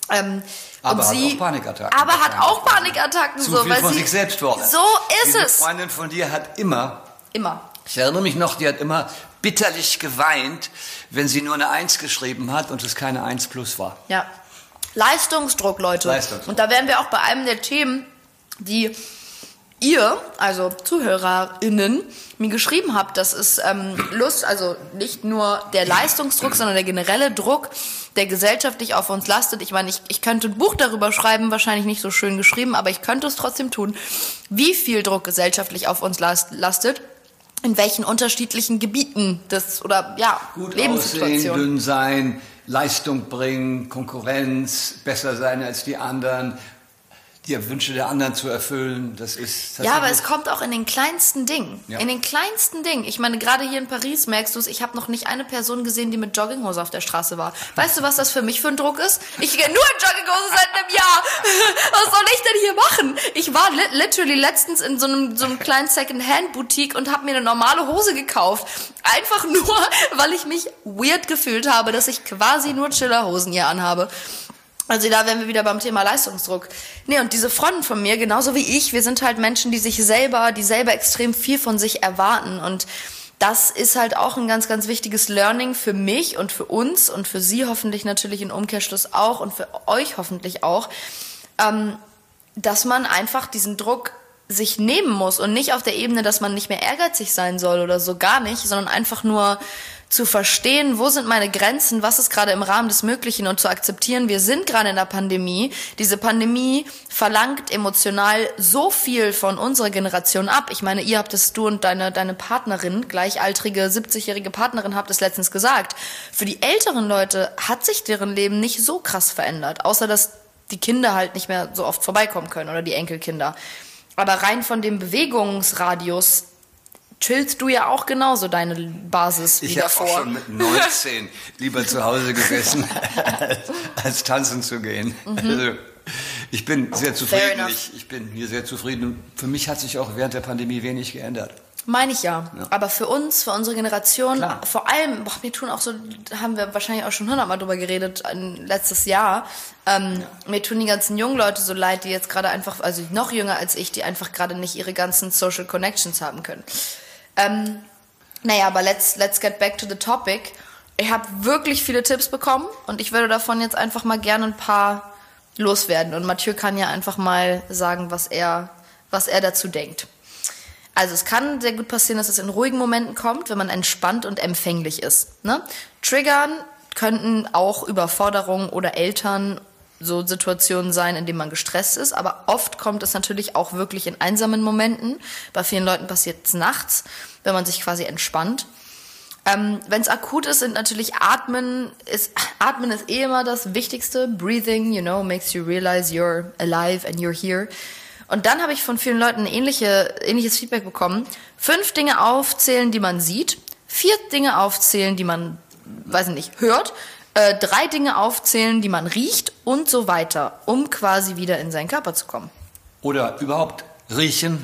Aber hat auch Panikattacken. Aber hat auch Panikattacken. Zu viel von sich selbst wollen. So ist es. Diese Freundin von dir hat immer. Ich erinnere mich noch, die hat immer bitterlich geweint, wenn sie nur eine 1 geschrieben hat und es keine 1 plus war. Ja. Leistungsdruck, Leute. Leistungsdruck. Und da wären wir auch bei einem der Themen, die ihr, also ZuhörerInnen, mir geschrieben habt. Das ist also nicht nur der Leistungsdruck, sondern der generelle Druck, der gesellschaftlich auf uns lastet. Ich meine, ich könnte ein Buch darüber schreiben, wahrscheinlich nicht so schön geschrieben, aber ich könnte es trotzdem tun, wie viel Druck gesellschaftlich auf uns lastet. In welchen unterschiedlichen Gebieten gut Lebenssituationen. Aussehen, dünn sein, Leistung bringen, Konkurrenz, besser sein als die anderen, die Wünsche der anderen zu erfüllen, das ist... Ja, aber es kommt auch in den kleinsten Dingen. Ja. In den kleinsten Dingen. Ich meine, gerade hier in Paris merkst du es, ich habe noch nicht eine Person gesehen, die mit Jogginghose auf der Straße war. Weißt du, was das für mich für ein Druck ist? Ich gehe nur in Jogginghose seit einem Jahr. Was soll ich denn hier machen? Ich war literally letztens in so einem kleinen Second-Hand-Boutique und habe mir eine normale Hose gekauft. Einfach nur, weil ich mich weird gefühlt habe, dass ich quasi nur Chillerhosen hier anhabe. Also da wären wir wieder beim Thema Leistungsdruck. Nee, und diese Freunde von mir, genauso wie ich, wir sind halt Menschen, die selber extrem viel von sich erwarten. Und das ist halt auch ein ganz, ganz wichtiges Learning für mich und für uns und für Sie hoffentlich natürlich im Umkehrschluss auch und für euch hoffentlich auch, dass man einfach diesen Druck sich nehmen muss und nicht auf der Ebene, dass man nicht mehr ehrgeizig sein soll oder so, gar nicht, sondern einfach nur zu verstehen, wo sind meine Grenzen, was ist gerade im Rahmen des Möglichen und zu akzeptieren, wir sind gerade in der Pandemie. Diese Pandemie verlangt emotional so viel von unserer Generation ab. Ich meine, ihr habt es, du und deine Partnerin, gleichaltrige, 70-jährige Partnerin, habt es letztens gesagt. Für die älteren Leute hat sich deren Leben nicht so krass verändert, außer dass die Kinder halt nicht mehr so oft vorbeikommen können oder die Enkelkinder. Aber rein von dem Bewegungsradius chillst du ja auch genauso deine Basis wie davor. Ich habe auch schon mit 19 lieber zu Hause gesessen, als tanzen zu gehen. Also, ich bin sehr zufrieden. Ich bin hier sehr zufrieden. Und für mich hat sich auch während der Pandemie wenig geändert. Meine ich ja. Aber für uns, für unsere Generation, klar. Vor allem, mir tun auch so, haben wir wahrscheinlich auch schon 100-mal drüber geredet, letztes Jahr, mir tun die ganzen jungen Leute so leid, die jetzt gerade einfach, also noch jünger als ich, die einfach gerade nicht ihre ganzen Social Connections haben können. Aber let's get back to the topic. Ich habe wirklich viele Tipps bekommen und ich würde davon jetzt einfach mal gerne ein paar loswerden. Und Mathieu kann ja einfach mal sagen, was er dazu denkt. Also es kann sehr gut passieren, dass es in ruhigen Momenten kommt, wenn man entspannt und empfänglich ist. Ne? Triggern könnten auch Überforderungen oder Eltern so Situationen sein, in denen man gestresst ist, aber oft kommt es natürlich auch wirklich in einsamen Momenten. Bei vielen Leuten passiert es nachts, wenn man sich quasi entspannt. Wenn es akut ist, sind natürlich Atmen ist immer das Wichtigste. Breathing, makes you realize you're alive and you're here. Und dann habe ich von vielen Leuten ähnliches Feedback bekommen. 5 Dinge aufzählen, die man sieht. 4 Dinge aufzählen, die man, hört. 3 Dinge aufzählen, die man riecht und so weiter, um quasi wieder in seinen Körper zu kommen. Oder überhaupt riechen,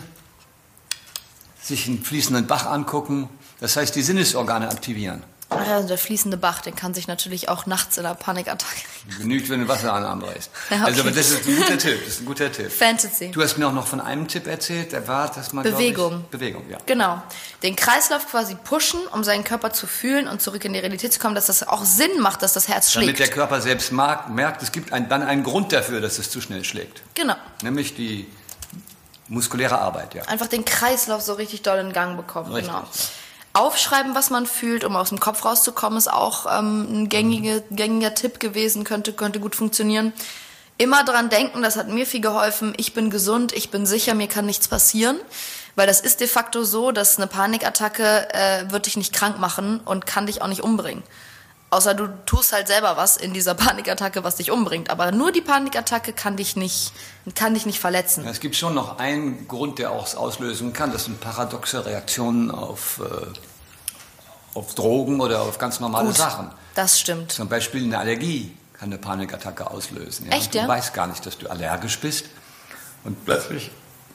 sich einen fließenden Bach angucken. Das heißt, die Sinnesorgane aktivieren. Also der fließende Bach, den kann sich natürlich auch nachts in einer Panikattacke. Genügt, wenn du Wasser anreißt. Ja, okay. Also, aber das ist ein guter Tipp. Fantasy. Du hast mir auch noch von einem Tipp erzählt, der war, dass man, Bewegung, ja. Genau. Den Kreislauf quasi pushen, um seinen Körper zu fühlen und zurück in die Realität zu kommen, dass das auch Sinn macht, dass das Herz schlägt. Damit der Körper selbst merkt, es gibt dann einen Grund dafür, dass es zu schnell schlägt. Genau. Nämlich die muskuläre Arbeit, ja. Einfach den Kreislauf so richtig doll in Gang bekommen, richtig. Genau. Aufschreiben, was man fühlt, um aus dem Kopf rauszukommen, ist auch ein gängiger Tipp gewesen, könnte gut funktionieren. Immer dran denken, das hat mir viel geholfen, ich bin gesund, ich bin sicher, mir kann nichts passieren. Weil das ist de facto so, dass eine Panikattacke wird dich nicht krank machen und kann dich auch nicht umbringen. Außer du tust halt selber was in dieser Panikattacke, was dich umbringt. Aber nur die Panikattacke kann dich nicht verletzen. Ja, es gibt schon noch einen Grund, der auch auslösen kann. Das sind paradoxe Reaktionen auf Drogen oder auf ganz normale Sachen. Das stimmt. Zum Beispiel eine Allergie kann eine Panikattacke auslösen. Ja? Echt, ja? Du weißt gar nicht, dass du allergisch bist. Und plötzlich,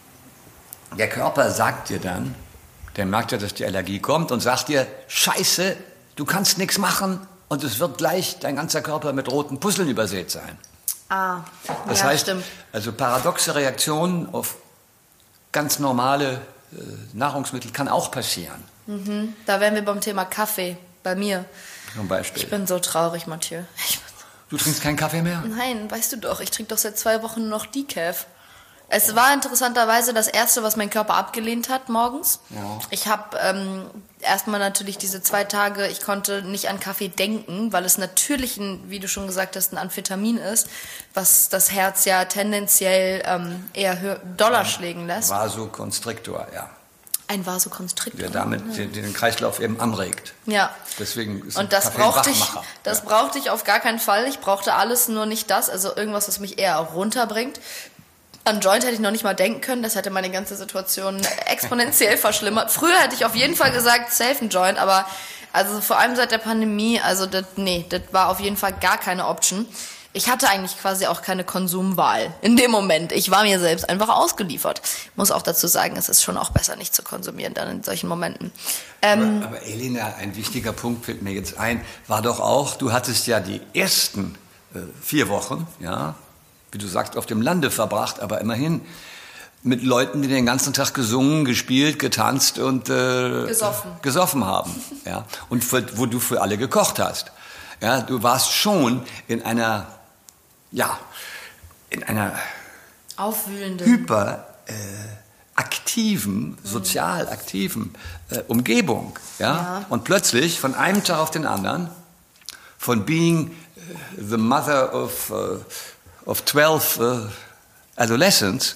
der Körper sagt dir dann, der merkt ja, dass die Allergie kommt und sagt dir, Scheiße, du kannst nichts machen. Und es wird gleich dein ganzer Körper mit roten Puzzeln übersät sein. Das heißt, stimmt. Also paradoxe Reaktionen auf ganz normale Nahrungsmittel kann auch passieren. Mhm. Da wären wir beim Thema Kaffee, bei mir. Zum Beispiel. Ich bin so traurig, Mathieu. Du trinkst keinen Kaffee mehr? Nein, weißt du doch, ich trinke doch seit 2 Wochen nur noch Decaf. Es war interessanterweise das Erste, was mein Körper abgelehnt hat morgens. Ja. Ich habe erstmal natürlich diese 2 Tage, ich konnte nicht an Kaffee denken, weil es natürlich, wie du schon gesagt hast, ein Amphetamin ist, was das Herz ja tendenziell eher doller schlägen lässt. Vasokonstriktor, ja. Ein Vasokonstriktor. Der damit den Kreislauf eben anregt. Ja. Deswegen ist und das brauchte ich auf gar keinen Fall. Ich brauchte alles, nur nicht das. Also irgendwas, was mich eher runterbringt. An Joint hätte ich noch nicht mal denken können. Das hätte meine ganze Situation exponentiell verschlimmert. Früher hätte ich auf jeden Fall gesagt, safe ein Joint. Aber also vor allem seit der Pandemie, also das war auf jeden Fall gar keine Option. Ich hatte eigentlich quasi auch keine Konsumwahl in dem Moment. Ich war mir selbst einfach ausgeliefert. Muss auch dazu sagen, es ist schon auch besser, nicht zu konsumieren dann in solchen Momenten. Aber Elena, ein wichtiger Punkt fällt mir jetzt ein, war doch auch, du hattest ja die ersten 4 Wochen, ja, wie du sagst, auf dem Lande verbracht, aber immerhin mit Leuten, die den ganzen Tag gesungen, gespielt, getanzt und gesoffen haben. Ja, und wo du für alle gekocht hast. Ja, du warst schon in einer aufwühlenden, hyperaktiven, sozial aktiven Umgebung. Ja? Und plötzlich, von einem Tag auf den anderen, von being the mother of 12 adolescents.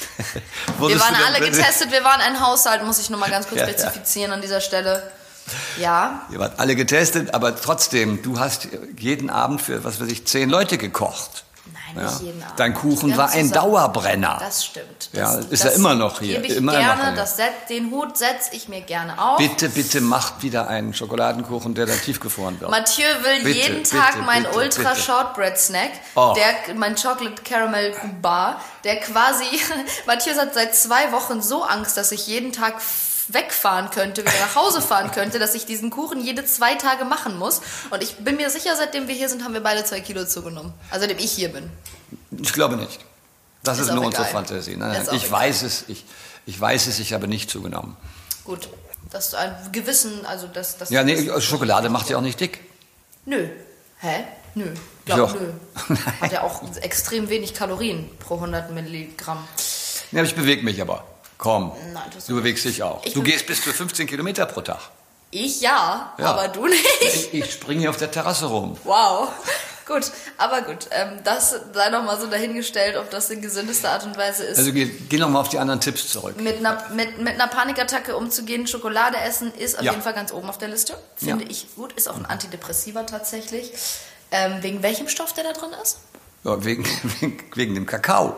Wir waren alle getestet, wir waren ein Haushalt, muss ich nur mal ganz kurz spezifizieren an dieser Stelle. Ja. Ihr wart alle getestet, aber trotzdem, du hast jeden Abend für, 10 Leute gekocht. Nein, nicht jeden Abend. Dein Kuchen war ein Dauerbrenner. Das stimmt. Ist ja immer noch hier. Gebe ich immer gerne, noch den Hut setze ich mir gerne auf. Bitte macht wieder einen Schokoladenkuchen, der dann tiefgefroren wird. Mathieu will jeden Tag meinen Ultra Shortbread Snack, mein Chocolate Caramel Bar, der quasi, Mathieu hat seit 2 Wochen so Angst, dass ich jeden Tag wegfahren könnte, wieder nach Hause fahren könnte, dass ich diesen Kuchen jede 2 Tage machen muss. Und ich bin mir sicher, seitdem wir hier sind, haben wir beide 2 Kilo zugenommen. Also seitdem ich hier bin. Ich glaube nicht. Das ist nur unsere Fantasie. Nein, ich weiß es, ich habe nicht zugenommen. Gut, dass du ein Gewissen, also das... Ja, nee, Schokolade macht ja auch nicht dick. Nö. Hä? Nö. Nö. Hat ja auch extrem wenig Kalorien pro 100 Milligramm. Ja, ich bewege mich aber. Komm, nein, du bewegst dich auch. Du gehst bis zu 15 Kilometer pro Tag. Ich ja, aber du nicht. Ich springe hier auf der Terrasse rum. Wow. Gut, aber gut. Das sei noch mal so dahingestellt, ob das die gesündeste Art und Weise ist. Also geh noch mal auf die anderen Tipps zurück. Mit einer Panikattacke umzugehen, Schokolade essen ist auf jeden Fall ganz oben auf der Liste. Finde ich gut. Ist auch ein Antidepressiva tatsächlich. Wegen welchem Stoff der da drin ist? Ja, wegen dem Kakao.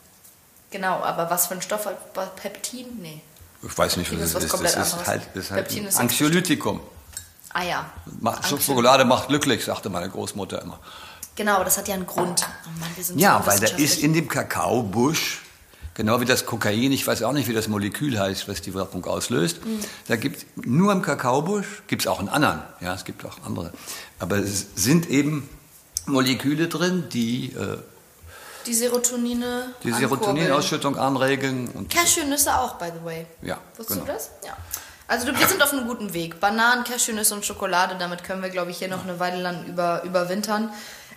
Genau, aber was für ein Stoff hat Peptin? Nee. Ich weiß nicht, was das ist. Das ist halt ein ist Anxiolytikum. Ah ja. Schokolade macht glücklich, sagte meine Großmutter immer. Genau, aber das hat ja einen Grund. Oh Mann, wir sind ja, weil da ist in dem Kakaobusch, genau wie das Kokain, ich weiß auch nicht, wie das Molekül heißt, was die Wirkung auslöst. Da gibt nur im Kakaobusch, gibt es auch in anderen, ja, es gibt auch andere. Aber es sind eben Moleküle drin, die die Serotoninausschüttung anregen. Und Cashewnüsse auch, by the way. Ja, wusstest du das? Ja. Also wir sind auf einem guten Weg. Bananen, Cashewnüsse und Schokolade, damit können wir, glaube ich, hier noch eine Weile lang überwintern.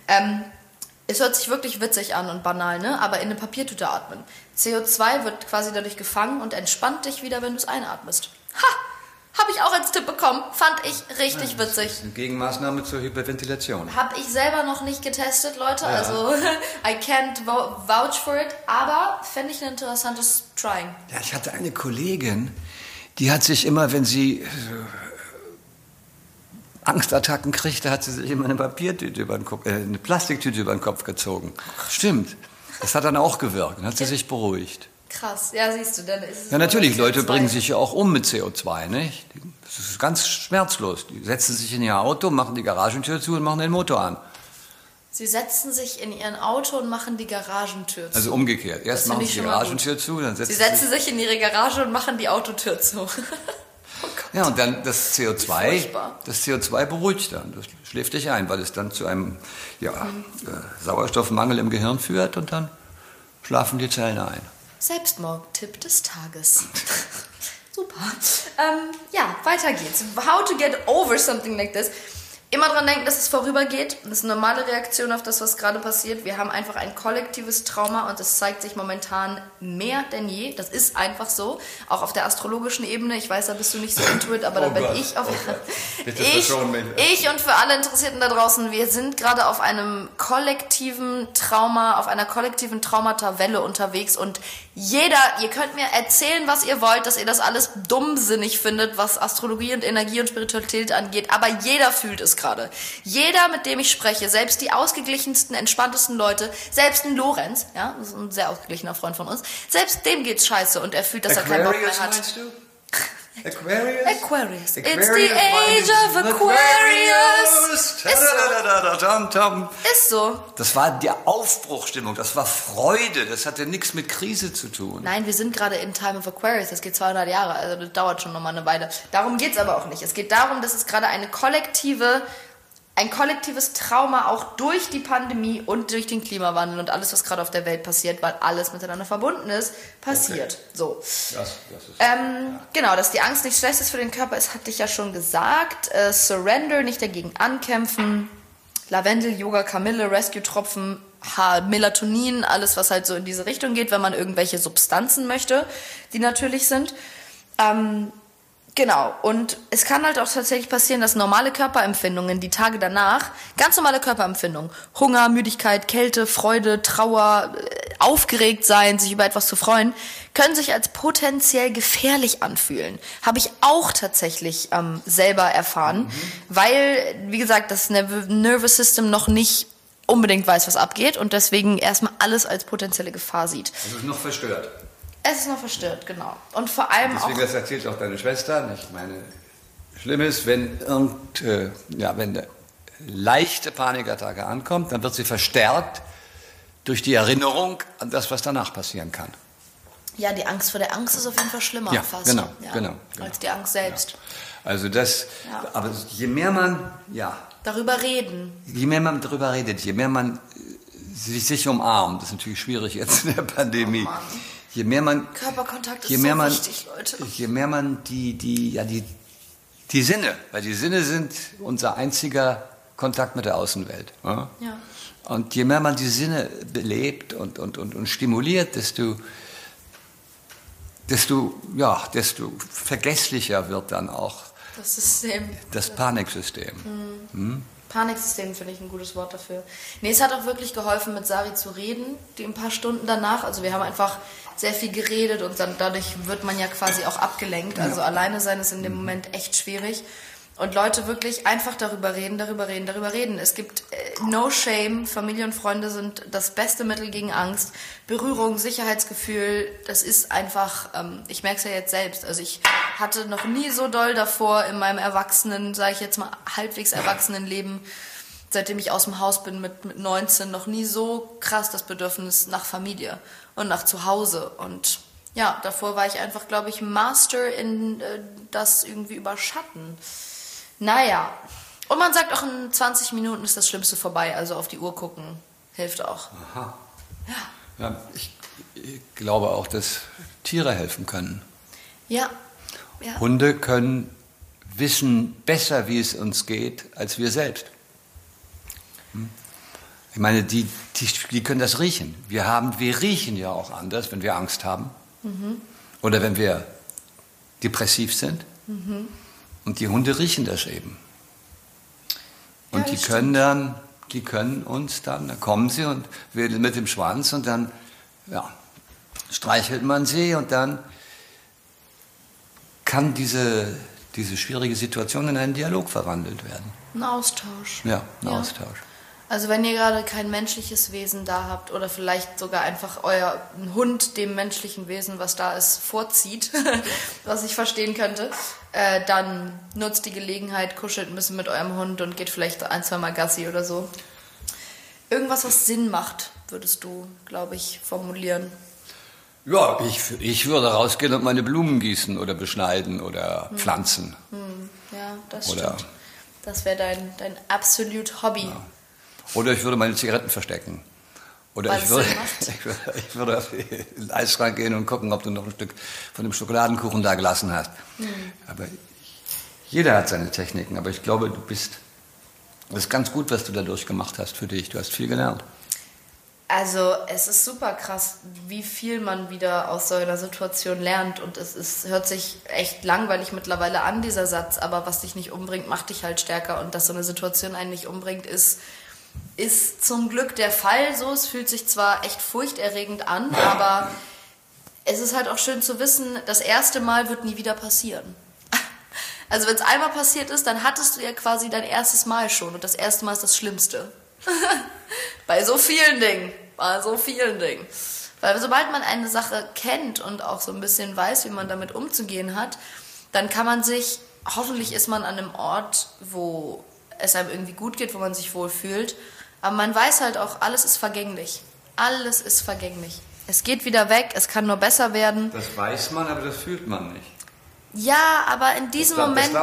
Es hört sich wirklich witzig an und banal, ne? Aber in eine Papiertüte atmen. CO2 wird quasi dadurch gefangen und entspannt dich wieder, wenn du es einatmest. Ha! Habe ich auch als Tipp bekommen. Fand ich richtig witzig. Das ist eine Gegenmaßnahme zur Hyperventilation. Habe ich selber noch nicht getestet, Leute. Ja. Also, I can't vouch for it. Aber fände ich ein interessantes Trying. Ja, ich hatte eine Kollegin, die hat sich immer, wenn sie Angstattacken kriegte, hat sie sich immer eine Papiertüte über den Kopf, eine Plastiktüte über den Kopf gezogen. Stimmt. Das hat dann auch gewirkt. Dann hat sie sich beruhigt. Krass, ja, siehst du, dann ist es... Ja, natürlich, Leute bringen sich ja auch um mit CO2, nicht? Das ist ganz schmerzlos. Die setzen sich in ihr Auto, machen die Garagentür zu und machen den Motor an. Sie setzen sich in ihren Auto und machen die Garagentür zu. Also umgekehrt. Erst machen sie die Garagentür zu, dann setzen sie setzen sich in ihre Garage und machen die Autotür zu. Oh ja, und dann das CO2 beruhigt dann. Das schläft dich ein, weil es dann zu einem Sauerstoffmangel im Gehirn führt und dann schlafen die Zellen ein. Selbstmord-Tipp des Tages. Super. Ja, weiter geht's. How to get over something like this. Immer dran denken, dass es vorübergeht. Das ist eine normale Reaktion auf das, was gerade passiert. Wir haben einfach ein kollektives Trauma und das zeigt sich momentan mehr denn je. Das ist einfach so. Auch auf der astrologischen Ebene. Ich weiß, da bist du nicht so intuit, aber da bin ich auf... Ich und für alle Interessierten da draußen, wir sind gerade auf einem kollektiven Trauma, auf einer kollektiven Traumatawelle unterwegs und jeder, ihr könnt mir erzählen, was ihr wollt, dass ihr das alles dummsinnig findet, was Astrologie und Energie und Spiritualität angeht, aber jeder fühlt es gerade. Jeder, mit dem ich spreche, selbst die ausgeglichensten, entspanntesten Leute, selbst ein Lorenz, ja, das ist ein sehr ausgeglichener Freund von uns, selbst dem geht's scheiße und er fühlt, dass er keinen Bock mehr hat. Aquarius. It's the age of Aquarius. Ist so. Das war die Aufbruchstimmung, das war Freude, das hatte nichts mit Krise zu tun. Nein, wir sind gerade in Time of Aquarius, das geht 200 Jahre, also das dauert schon nochmal eine Weile. Darum geht's aber auch nicht. Es geht darum, dass es gerade eine kollektive ein kollektives Trauma auch durch die Pandemie und durch den Klimawandel und alles, was gerade auf der Welt passiert, weil alles miteinander verbunden ist, passiert. Okay. So. Das ist, genau, dass die Angst nicht schlecht ist für den Körper, das hatte ich ja schon gesagt. Surrender, nicht dagegen ankämpfen. Lavendel, Yoga, Kamille, Rescue-Tropfen, Melatonin, alles, was halt so in diese Richtung geht, wenn man irgendwelche Substanzen möchte, die natürlich sind. Genau, und es kann halt auch tatsächlich passieren, dass normale Körperempfindungen die Tage danach, ganz normale Körperempfindungen, Hunger, Müdigkeit, Kälte, Freude, Trauer, aufgeregt sein, sich über etwas zu freuen, können sich als potenziell gefährlich anfühlen. Habe ich auch tatsächlich selber erfahren, weil, wie gesagt, das Nervous System noch nicht unbedingt weiß, was abgeht und deswegen erstmal alles als potenzielle Gefahr sieht. Es ist noch verstört. Es ist noch verstört, genau. Und vor allem deswegen, das erzählt auch deine Schwester. Ich meine, schlimm ist, wenn eine leichte Panikattacke ankommt, dann wird sie verstärkt durch die Erinnerung an das, was danach passieren kann. Ja, die Angst vor der Angst ist auf jeden Fall schlimmer fast. Genau. Als die Angst selbst. Ja. Also aber je mehr man, darüber reden. Je mehr man darüber redet, je mehr man sich umarmt, das ist natürlich schwierig jetzt in der Pandemie. Oh, je mehr man Körperkontakt ist so wichtig, Leute. Je mehr man die Sinne, weil die Sinne sind unser einziger Kontakt mit der Außenwelt. Ja? Ja. Und je mehr man die Sinne belebt und stimuliert, desto vergesslicher wird dann auch das System. Das Paniksystem. Paniksystem finde ich ein gutes Wort dafür. Nee, es hat auch wirklich geholfen, mit Sari zu reden, die ein paar Stunden danach. Also wir haben einfach sehr viel geredet und dann dadurch wird man ja quasi auch abgelenkt. Also alleine sein ist in dem Moment echt schwierig. Und Leute wirklich einfach darüber reden. Es gibt no shame. Familie und Freunde sind das beste Mittel gegen Angst. Berührung, Sicherheitsgefühl, das ist einfach, ich merke es ja jetzt selbst. Also ich hatte noch nie so doll davor in meinem erwachsenen, sage ich jetzt mal, halbwegs erwachsenen Leben, seitdem ich aus dem Haus bin mit 19, noch nie so krass das Bedürfnis nach Familie und nach Zuhause. Und ja, davor war ich einfach, glaube ich, Master in das irgendwie überschatten. Naja, und man sagt auch, in 20 Minuten ist das Schlimmste vorbei, also auf die Uhr gucken hilft auch. Aha. Ja, ich glaube auch, dass Tiere helfen können. Ja. Hunde wissen besser, wie es uns geht, als wir selbst. Ich meine, die können das riechen. Wir riechen ja auch anders, wenn wir Angst haben oder wenn wir depressiv sind. Und die Hunde riechen das eben. Und die können uns dann kommen sie und wedeln mit dem Schwanz und dann streichelt man sie und dann kann diese schwierige Situation in einen Dialog verwandelt werden. Ein Austausch. Ja, ein Austausch. Also wenn ihr gerade kein menschliches Wesen da habt oder vielleicht sogar einfach euer Hund dem menschlichen Wesen, was da ist, vorzieht, was ich verstehen könnte, dann nutzt die Gelegenheit, kuschelt ein bisschen mit eurem Hund und geht vielleicht 1-2 Mal Gassi oder so. Irgendwas, was Sinn macht, würdest du, glaube ich, formulieren. Ja, ich würde rausgehen und meine Blumen gießen oder beschneiden oder pflanzen. Ja, das stimmt. Das wäre dein absolute Hobby. Ja. Oder ich würde meine Zigaretten verstecken. Oder ich würde auf den Eisschrank gehen und gucken, ob du noch ein Stück von dem Schokoladenkuchen da gelassen hast. Aber jeder hat seine Techniken. Aber ich glaube, das ist ganz gut, was du dadurch gemacht hast für dich. Du hast viel gelernt. Also es ist super krass, wie viel man wieder aus so einer Situation lernt. Und hört sich echt langweilig mittlerweile an, dieser Satz. Aber was dich nicht umbringt, macht dich halt stärker. Und dass so eine Situation einen nicht umbringt, ist zum Glück der Fall so. Es fühlt sich zwar echt furchterregend an, aber es ist halt auch schön zu wissen, das erste Mal wird nie wieder passieren. Also wenn es einmal passiert ist, dann hattest du ja quasi dein erstes Mal schon und das erste Mal ist das Schlimmste. Bei so vielen Dingen. Weil sobald man eine Sache kennt und auch so ein bisschen weiß, wie man damit umzugehen hat, dann kann man hoffentlich ist man an einem Ort, wo es einem irgendwie gut geht, wo man sich wohl fühlt. Aber man weiß halt auch, alles ist vergänglich. Alles ist vergänglich. Es geht wieder weg, es kann nur besser werden. Das weiß man, aber das fühlt man nicht. Ja, aber in diesem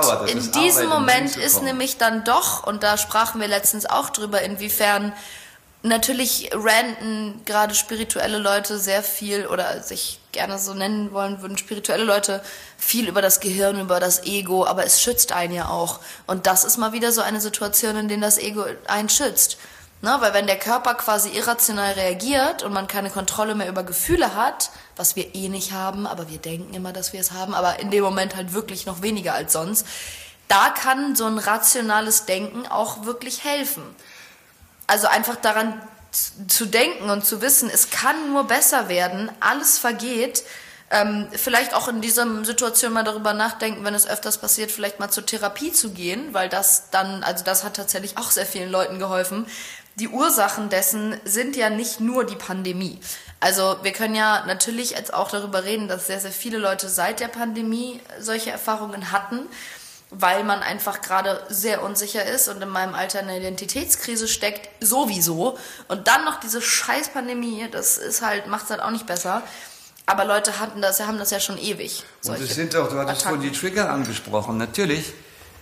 Moment ist nämlich dann doch, und da sprachen wir letztens auch drüber, inwiefern natürlich ranten gerade spirituelle Leute sehr viel oder sich gerne so nennen wollen würden, spirituelle Leute viel über das Gehirn, über das Ego, aber es schützt einen ja auch. Und das ist mal wieder so eine Situation, in der das Ego einen schützt. Ne? Weil wenn der Körper quasi irrational reagiert und man keine Kontrolle mehr über Gefühle hat, was wir eh nicht haben, aber wir denken immer, dass wir es haben, aber in dem Moment halt wirklich noch weniger als sonst, da kann so ein rationales Denken auch wirklich helfen. Also einfach daran zu denken und zu wissen, es kann nur besser werden, alles vergeht. Vielleicht auch in dieser Situation mal darüber nachdenken, wenn es öfters passiert, vielleicht mal zur Therapie zu gehen, weil das hat tatsächlich auch sehr vielen Leuten geholfen. Die Ursachen dessen sind ja nicht nur die Pandemie. Also wir können ja natürlich jetzt auch darüber reden, dass sehr, sehr viele Leute seit der Pandemie solche Erfahrungen hatten, weil man einfach gerade sehr unsicher ist und in meinem Alter in einer Identitätskrise steckt, sowieso. Und dann noch diese Scheiß-Pandemie, das ist halt, macht es halt auch nicht besser. Aber Leute haben das ja schon ewig. Und es sind auch, du hattest vorhin die Trigger angesprochen, natürlich,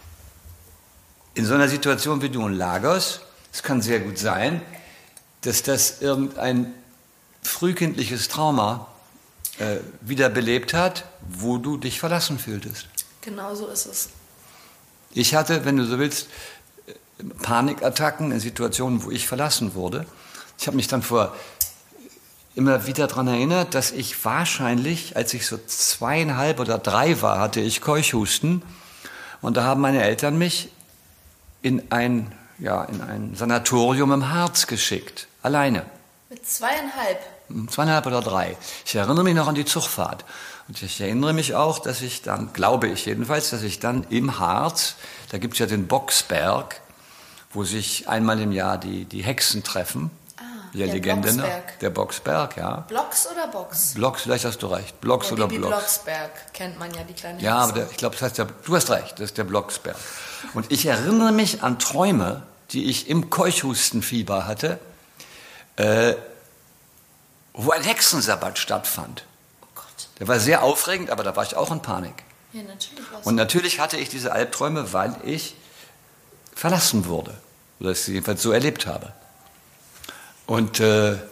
in so einer Situation wie du in Lagos, es kann sehr gut sein, dass das irgendein frühkindliches Trauma wiederbelebt hat, wo du dich verlassen fühltest. Genau so ist es. Ich hatte, wenn du so willst, Panikattacken in Situationen, wo ich verlassen wurde. Ich habe mich dann immer wieder daran erinnert, dass ich wahrscheinlich, als ich so 2,5 oder 3 war, hatte ich Keuchhusten. Und da haben meine Eltern mich in ein Sanatorium im Harz geschickt. Alleine. Mit 2,5? 2,5 oder 3. Ich erinnere mich noch an die Zugfahrt. Und ich erinnere mich auch, dass ich dann, glaube ich jedenfalls, dass ich dann im Harz, da gibt es ja den Boxberg, wo sich einmal im Jahr die Hexen treffen. Der Legende noch. Der Boxberg, ja. Blocks oder Box? Blocks, vielleicht hast du recht. Blocks oder Bibi Blocks. Blocksberg kennt man ja, die kleine Hexe. Ja, aber ich glaube, das heißt ja, du hast recht, das ist der Blocksberg. Und ich erinnere mich an Träume, die ich im Keuchhustenfieber hatte, wo ein Hexensabbat stattfand. Oh Gott. Der war sehr aufregend, aber da war ich auch in Panik. Ja, natürlich war's. Und natürlich hatte ich diese Albträume, weil ich verlassen wurde. Oder ich sie jedenfalls so erlebt habe. Und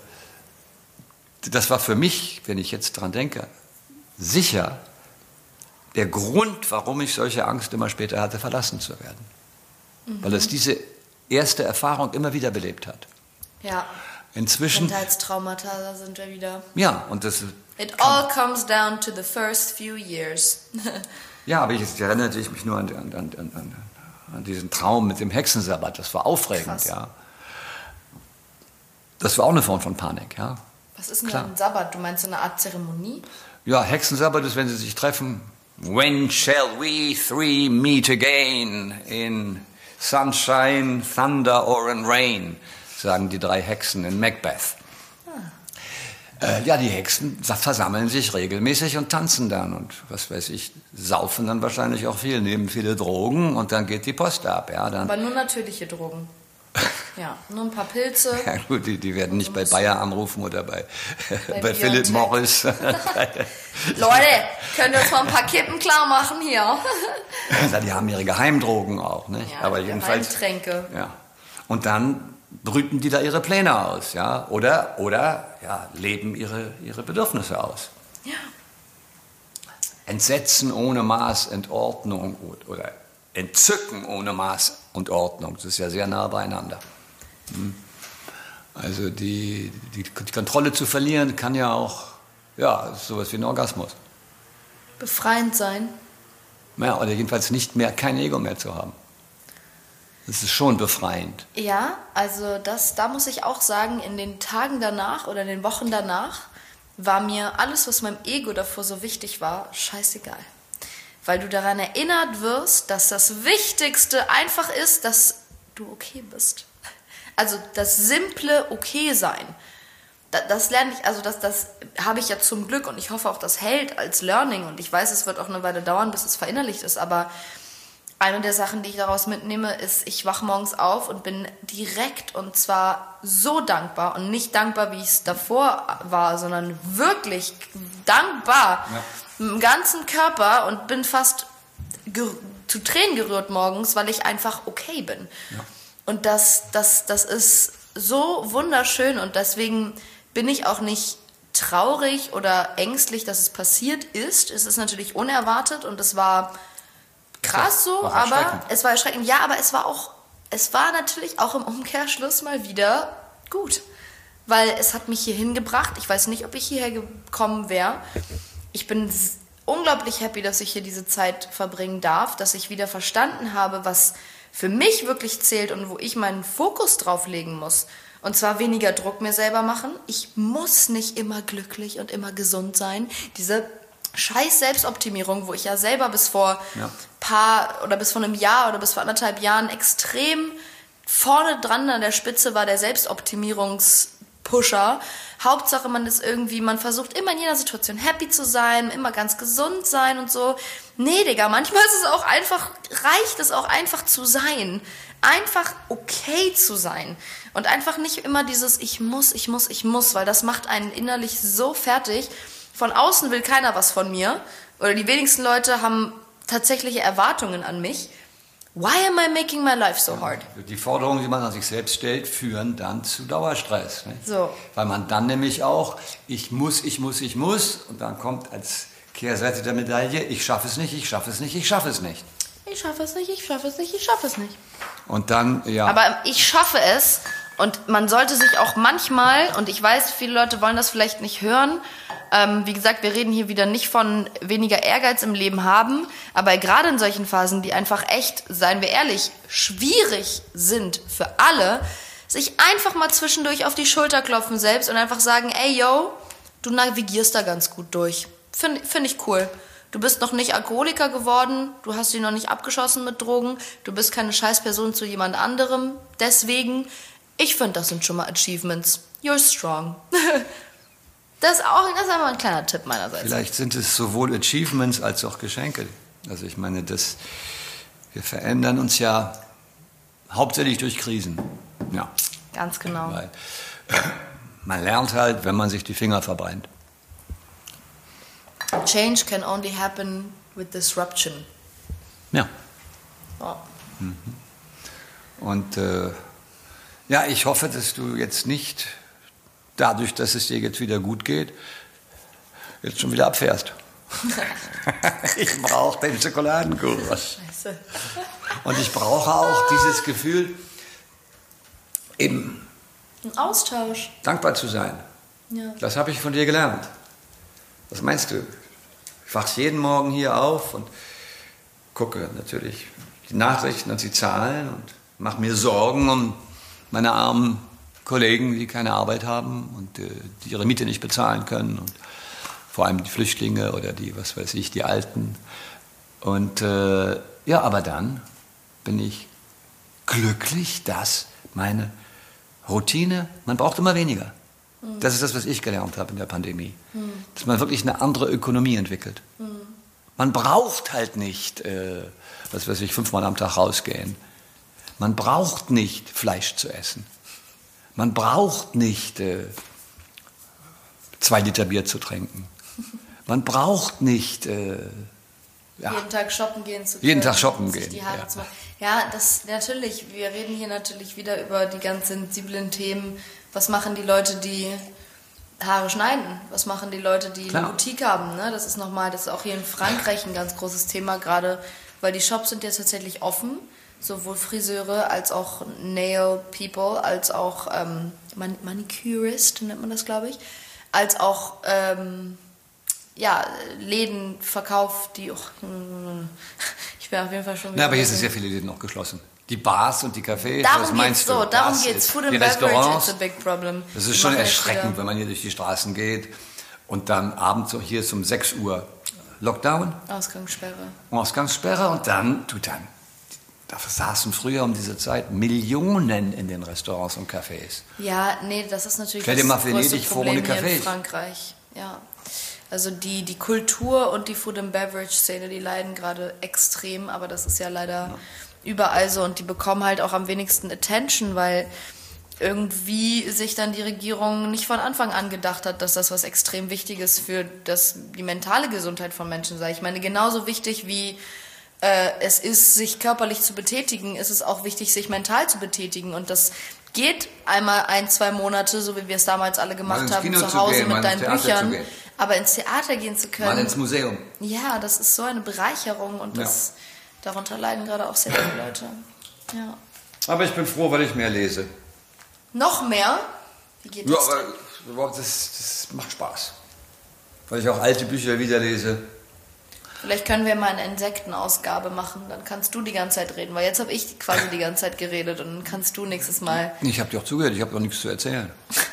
das war für mich, wenn ich jetzt dran denke, sicher der Grund, warum ich solche Angst immer später hatte, verlassen zu werden. Mhm. Weil es diese erste Erfahrung immer wieder belebt hat. Ja. Inzwischen. Kindheitstraumata, da sind wir wieder. Ja, und das. It all comes down to the first few years. Ja, aber ich erinnerte mich nur an diesen Traum mit dem Hexensabbat. Das war aufregend, krass. Ja. Das war auch eine Form von Panik, ja. Was ist denn ein Sabbat? Du meinst so eine Art Zeremonie? Ja, Hexensabbat ist, wenn sie sich treffen. When shall we three meet again in sunshine, thunder or in rain, sagen die 3 Hexen in Macbeth. Ja, die Hexen versammeln sich regelmäßig und tanzen dann und was weiß ich, saufen dann wahrscheinlich auch viel, nehmen viele Drogen und dann geht die Post ab. Ja, dann. Aber nur natürliche Drogen. Ja, nur ein paar Pilze. Ja gut, die werden nicht bei Bayer anrufen oder bei Philip Morris. Leute, könnt ihr uns mal ein paar Kippen klar machen hier? Ja, die haben ihre Geheimdrogen auch, nicht? Ja, aber jedenfalls. Geheimtränke. Ja. Und dann brüten die da ihre Pläne aus, ja, oder ja, leben ihre Bedürfnisse aus. Ja. Entsetzen ohne Maß, Entordnung oder Entzücken ohne Maß und Ordnung. Das ist ja sehr nah beieinander. Also die Kontrolle zu verlieren kann ja auch, ja, sowas wie ein Orgasmus. Befreiend sein. Ja, oder jedenfalls kein Ego mehr zu haben. Das ist schon befreiend. Ja, also da muss ich auch sagen, in den Tagen danach oder in den Wochen danach war mir alles, was meinem Ego davor so wichtig war, scheißegal. Weil du daran erinnert wirst, dass das Wichtigste einfach ist, dass du okay bist. Also das simple Okay-Sein. Das lerne ich, also das habe ich ja zum Glück und ich hoffe auch, das hält als Learning und ich weiß, es wird auch eine Weile dauern, bis es verinnerlicht ist, aber eine der Sachen, die ich daraus mitnehme, ist, ich wache morgens auf und bin direkt und zwar so dankbar und nicht dankbar, wie ich es davor war, sondern wirklich dankbar, mit dem ganzen Körper und bin fast zu Tränen gerührt morgens, weil ich einfach okay bin. Ja. Und das ist so wunderschön und deswegen bin ich auch nicht traurig oder ängstlich, dass es passiert ist. Es ist natürlich unerwartet und es war krass so, aber es war erschreckend. Ja, aber es war natürlich auch im Umkehrschluss mal wieder gut, weil es hat mich hier hingebracht. Ich weiß nicht, ob ich hierher gekommen wäre. Ich bin unglaublich happy, dass ich hier diese Zeit verbringen darf, dass ich wieder verstanden habe, was für mich wirklich zählt und wo ich meinen Fokus drauf legen muss. Und zwar weniger Druck mir selber machen. Ich muss nicht immer glücklich und immer gesund sein. Diese scheiß Selbstoptimierung, wo ich ja selber bis vor bis vor einem Jahr oder bis vor 1,5 Jahren extrem vorne dran an der Spitze war, der Selbstoptimierungspusher. Hauptsache man versucht immer in jeder Situation happy zu sein, immer ganz gesund sein und so. Nee, Digga, manchmal reicht es auch einfach zu sein. Einfach okay zu sein. Und einfach nicht immer dieses ich muss, weil das macht einen innerlich so fertig. Von außen will keiner was von mir. Oder die wenigsten Leute haben tatsächliche Erwartungen an mich. Why am I making my life so hard? Die Forderungen, die man an sich selbst stellt, führen dann zu Dauerstress. Ne? So. Weil man dann nämlich auch, ich muss. Und dann kommt als Kehrseite der Medaille, ich schaffe es nicht. Und dann, ja. Aber ich schaffe es. Und man sollte sich auch manchmal, und ich weiß, viele Leute wollen das vielleicht nicht hören, wie gesagt, wir reden hier wieder nicht von weniger Ehrgeiz im Leben haben, aber gerade in solchen Phasen, die einfach echt, seien wir ehrlich, schwierig sind für alle, sich einfach mal zwischendurch auf die Schulter klopfen selbst und einfach sagen, ey, yo, du navigierst da ganz gut durch. Find ich cool. Du bist noch nicht Alkoholiker geworden, du hast dich noch nicht abgeschossen mit Drogen, du bist keine Scheißperson zu jemand anderem, deswegen, ich finde, das sind schon mal Achievements. You're strong. Das ist einfach ein kleiner Tipp meinerseits. Vielleicht sind es sowohl Achievements als auch Geschenke. Also ich meine, wir verändern uns ja hauptsächlich durch Krisen. Ja. Ganz genau. Weil man lernt halt, wenn man sich die Finger verbrennt. Change can only happen with disruption. Ja. Oh. Mhm. Und ich hoffe, dass du jetzt nicht dadurch, dass es dir jetzt wieder gut geht, jetzt schon wieder abfährst. Ich brauche den Schokoladenkurs. Scheiße. Und ich brauche auch dieses Gefühl, eben ein Austausch. Dankbar zu sein. Ja. Das habe ich von dir gelernt. Was meinst du? Ich wache jeden Morgen hier auf und gucke natürlich die Nachrichten und die Zahlen und mache mir Sorgen um meine armen Kollegen, die keine Arbeit haben und die ihre Miete nicht bezahlen können und vor allem die Flüchtlinge oder die Alten. Und aber dann bin ich glücklich, dass meine Routine, man braucht immer weniger. Das ist das, was ich gelernt habe in der Pandemie. Dass man wirklich eine andere Ökonomie entwickelt. Man braucht halt nicht, 5-mal am Tag rausgehen. Man braucht nicht Fleisch zu essen. Man braucht nicht 2 Liter Bier zu trinken. Man braucht nicht jeden Tag shoppen gehen zu können. Jeden Tag shoppen gehen. Die Haare zu machen. Ja, das natürlich. Wir reden hier natürlich wieder über die ganz sensiblen Themen. Was machen die Leute, die Haare schneiden? Was machen die Leute, die eine Boutique haben? Ne? Das ist auch hier in Frankreich ein ganz großes Thema, gerade weil die Shops sind jetzt tatsächlich offen. Sowohl Friseure als auch Nail People, als auch Manicurist, nennt man das, glaube ich, als auch Läden verkauft, die ich bin auf jeden Fall schon wieder. Aber hier sind sehr viele Läden noch geschlossen. Die Bars und die Cafés, was meinst du? Darum geht's. Food and Beverage is a big problem. Das ist schon erschreckend, wenn man hier durch die Straßen geht und dann abends hier ist um 6 Uhr Lockdown. Ausgangssperre und dann da saßen früher um diese Zeit Millionen in den Restaurants und Cafés. Ja, nee, das ist natürlich das größte Problem hier in Frankreich. Ja. Also die Kultur und die Food and Beverage Szene, die leiden gerade extrem, aber das ist ja leider überall so und die bekommen halt auch am wenigsten Attention, weil irgendwie sich dann die Regierung nicht von Anfang an gedacht hat, dass das was extrem Wichtiges für die mentale Gesundheit von Menschen sei. Ich meine, genauso wichtig wie es ist, sich körperlich zu betätigen, ist es auch wichtig, sich mental zu betätigen. Und das geht einmal 1-2 Monate, so wie wir es damals alle gemacht haben, zu Hause mit deinen Büchern. Aber ins Theater gehen zu können. Mal ins Museum. Ja, das ist so eine Bereicherung und darunter leiden gerade auch sehr viele Leute. Ja. Aber ich bin froh, weil ich mehr lese. Noch mehr? Wie geht das denn? Aber das macht Spaß. Weil ich auch alte Bücher wieder lese. Vielleicht können wir mal eine Insektenausgabe machen, dann kannst du die ganze Zeit reden, weil jetzt habe ich quasi die ganze Zeit geredet und dann kannst du nächstes Mal... Ich habe dir auch zugehört, ich habe doch nichts zu erzählen.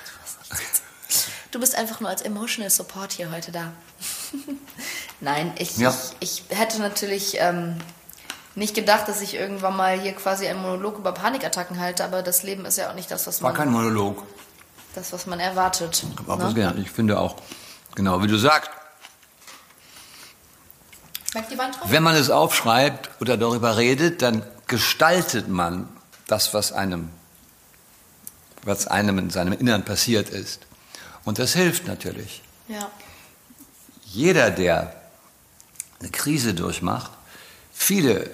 Du bist einfach nur als Emotional Support hier heute da. Nein, ich hätte natürlich nicht gedacht, dass ich irgendwann mal hier quasi einen Monolog über Panikattacken halte, aber das Leben ist ja auch nicht das, was man... War kein Monolog. Das, was man erwartet. Ich habe auch was gelernt. Ich finde auch, genau wie du sagst, die Wand drauf? wenn man es aufschreibt oder darüber redet, dann gestaltet man das, was einem in seinem Innern passiert ist. Und das hilft natürlich. Ja. Jeder, der eine Krise durchmacht, viele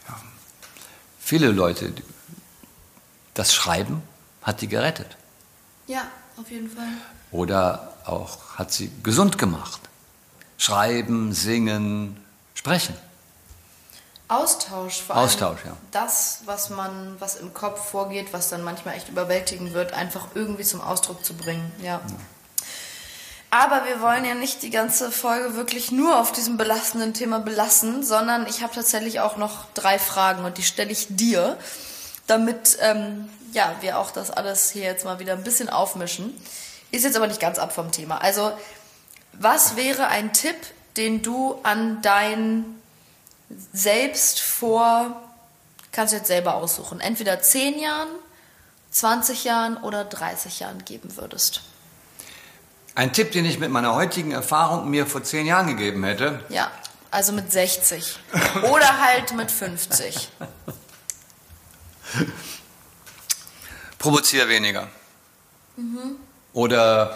Leute, das Schreiben hat die gerettet. Ja, auf jeden Fall. Oder auch hat sie gesund gemacht. Schreiben, singen, sprechen. Austausch, vor allem Austausch, ja. Das, was im Kopf vorgeht, was dann manchmal echt überwältigend wird, einfach irgendwie zum Ausdruck zu bringen, ja. Aber wir wollen ja nicht die ganze Folge wirklich nur auf diesem belastenden Thema belassen, sondern ich habe tatsächlich auch noch 3 Fragen und die stelle ich dir, damit wir auch das alles hier jetzt mal wieder ein bisschen aufmischen. Ist jetzt aber nicht ganz ab vom Thema. Also, was wäre ein Tipp, den du an dein Selbst kannst du jetzt selber aussuchen, entweder 10 Jahren, 20 Jahren oder 30 Jahren geben würdest? Ein Tipp, den ich mit meiner heutigen Erfahrung mir vor 10 Jahren gegeben hätte? Ja, also mit 60 oder halt mit 50. Provoziere weniger. Oder,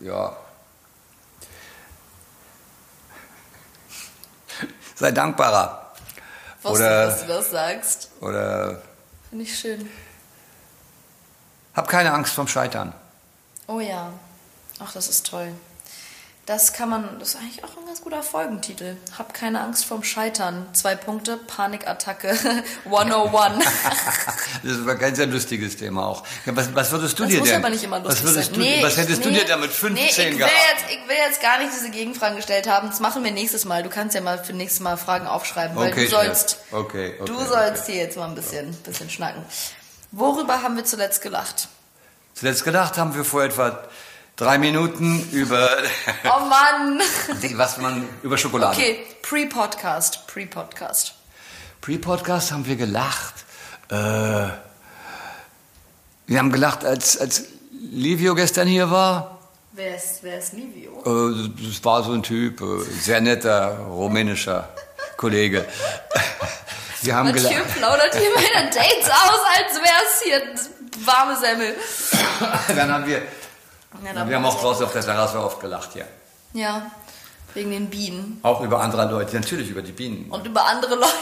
sei dankbarer. Wusste, dass du das sagst. Oder... Finde ich schön. Hab keine Angst vorm Scheitern. Oh ja. Ach, das ist toll. Das ist eigentlich auch ein ganz guter Folgentitel. Hab keine Angst vorm Scheitern. 2 Punkte, Panikattacke 101. Das ist aber kein sehr lustiges Thema auch. Was würdest du dir denn... Das muss aber nicht immer lustig sein. Was hättest du dir da mit 15 gehabt? Ich will jetzt gar nicht diese Gegenfragen gestellt haben. Das machen wir nächstes Mal. Du kannst ja mal für nächstes Mal Fragen aufschreiben, weil du sollst hier jetzt mal ein bisschen schnacken. Worüber haben wir zuletzt gelacht? Zuletzt gelacht haben wir vor etwa 3 Minuten über... Oh Mann! Über Schokolade. Okay, Pre-Podcast. Pre-Podcast haben wir gelacht. Wir haben gelacht, als Livio gestern hier war. Wer ist Livio? Das war so ein Typ, sehr netter rumänischer Kollege. Wir haben Mathieu plaudert hier meine Dates aus, als wäre es hier warme Semmel. Dann haben wir haben auch draußen auf der Terrasse oft gelacht, ja. Ja, wegen den Bienen. Auch über andere Leute, natürlich über die Bienen. Und über andere Leute.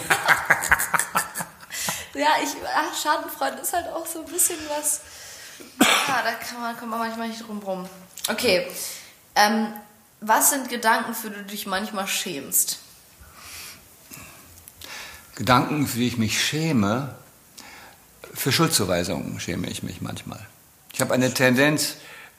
Ja, Schadenfreude ist halt auch so ein bisschen was... Ja, da kommt man manchmal nicht drum rum. Okay, was sind Gedanken, für die du dich manchmal schämst? Gedanken, für die ich mich schäme? Für Schuldzuweisungen schäme ich mich manchmal. Ich habe eine Tendenz,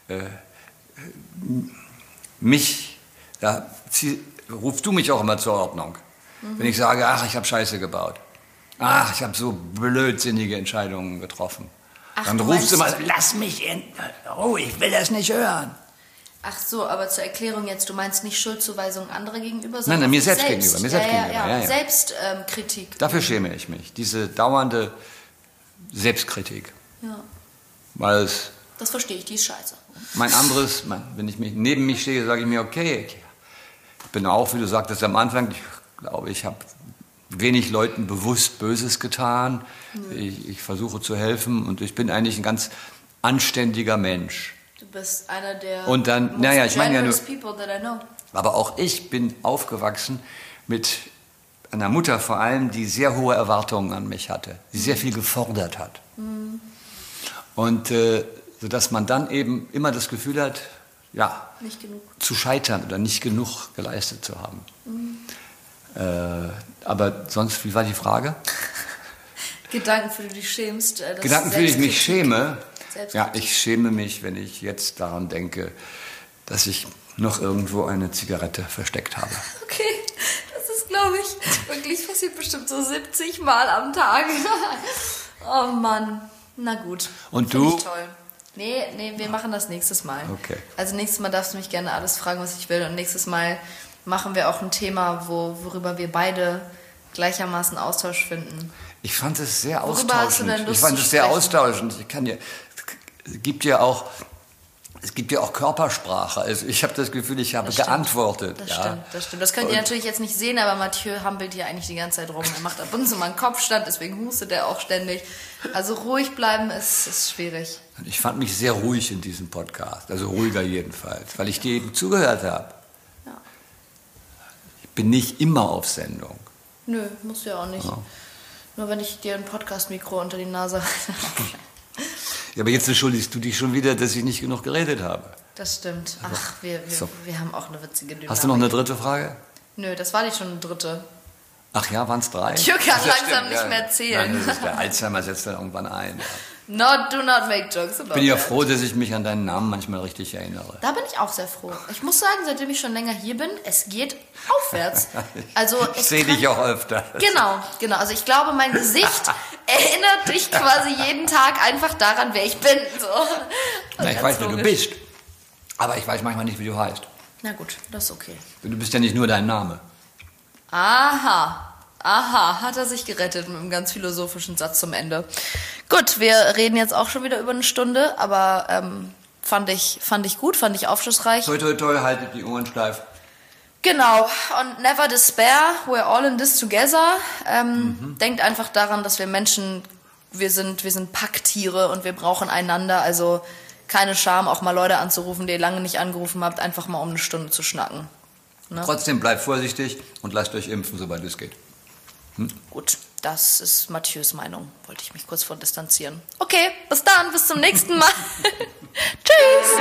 rufst du mich auch immer zur Ordnung. Wenn ich sage, ich habe Scheiße gebaut. Ich habe so blödsinnige Entscheidungen getroffen. Dann rufst du immer, lass mich in Ruhe, ich will das nicht hören. Ach so, aber zur Erklärung jetzt, du meinst nicht Schuldzuweisungen anderer gegenüber, sondern Nein, mir selbst gegenüber. Ja. Selbstkritik. Dafür schäme ich mich, diese dauernde Selbstkritik. Ja. Weil das verstehe ich, die ist scheiße. Wenn ich neben mich stehe, sage ich mir, okay, ich bin auch, wie du sagtest am Anfang, ich glaube, ich habe wenig Leuten bewusst Böses getan. Ich versuche zu helfen und ich bin eigentlich ein ganz anständiger Mensch. Du bist einer der und dann, ich meine ja nur, people that I know. Aber auch ich bin aufgewachsen mit einer Mutter vor allem, die sehr hohe Erwartungen an mich hatte, die sehr viel gefordert hat. Mhm. Und sodass man dann eben immer das Gefühl hat, nicht genug. Zu scheitern oder nicht genug geleistet zu haben. Mhm. Aber sonst, wie war die Frage? Gedanken, für die du dich schämst. Gedanken, für die ich mich schäme? Ja, ich schäme mich, wenn ich jetzt daran denke, dass ich noch irgendwo eine Zigarette versteckt habe. Okay, das ist, glaube ich, wirklich passiert bestimmt so 70 Mal am Tag. Oh Mann, na gut. Und du? Ich toll. Nee, wir machen das nächstes Mal. Okay. Also nächstes Mal darfst du mich gerne alles fragen, was ich will. Und nächstes Mal machen wir auch ein Thema, worüber wir beide gleichermaßen Austausch finden. Ich fand es sehr Worüber austauschend. hast du denn Lust Ich fand es sehr austauschend. Es gibt ja auch Körpersprache. Also ich habe das Gefühl, ich habe geantwortet. Das stimmt. Das könnt ihr natürlich jetzt nicht sehen, aber Mathieu hampelt hier eigentlich die ganze Zeit rum. Er macht ab und zu mal einen Kopfstand, deswegen hustet er auch ständig. Also ruhig bleiben ist schwierig. Ich fand mich sehr ruhig in diesem Podcast, also ruhiger jedenfalls, weil ich dir eben zugehört habe. Ja. Ich bin nicht immer auf Sendung. Nö, musst du ja auch nicht. Ja. Nur wenn ich dir ein Podcast-Mikro unter die Nase halte. Ja, aber jetzt entschuldigst du dich schon wieder, dass ich nicht genug geredet habe. Das stimmt. Ach, wir haben auch eine witzige Dynamik. Hast du noch eine dritte Frage? Nö, das war nicht schon eine dritte. Ach ja, waren es 3? Ich kann langsam nicht mehr zählen. Nein, der Alzheimer setzt dann irgendwann ein. Ja. Do not make jokes about Ich bin ja froh, dass ich mich an deinen Namen manchmal richtig erinnere. Da bin ich auch sehr froh. Ich muss sagen, seitdem ich schon länger hier bin, es geht aufwärts. Also ich sehe dich auch öfter. Genau. Also ich glaube, mein Gesicht erinnert dich quasi jeden Tag einfach daran, wer ich bin. So. Na, ich weiß, wer du bist. Aber ich weiß manchmal nicht, wie du heißt. Na gut, das ist okay. Du bist ja nicht nur dein Name. Aha, hat er sich gerettet mit einem ganz philosophischen Satz zum Ende. Gut, wir reden jetzt auch schon wieder über eine Stunde, aber fand ich gut, fand ich aufschlussreich. Toi, toi, toi, haltet die Ohren steif. Genau, und never despair, we're all in this together. Denkt einfach daran, dass wir Menschen, wir sind Packtiere und wir brauchen einander, also keine Scham, auch mal Leute anzurufen, die ihr lange nicht angerufen habt, einfach mal um eine Stunde zu schnacken. Ne? Trotzdem bleibt vorsichtig und lasst euch impfen, sobald es geht. Gut, das ist Mathieu's Meinung. Wollte ich mich kurz von distanzieren. Okay, bis dann, bis zum nächsten Mal. Tschüss.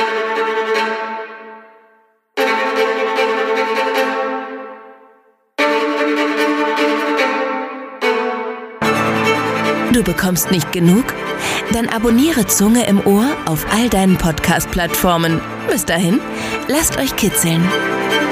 Du bekommst nicht genug? Dann abonniere Zunge im Ohr auf all deinen Podcast-Plattformen. Bis dahin, lasst euch kitzeln.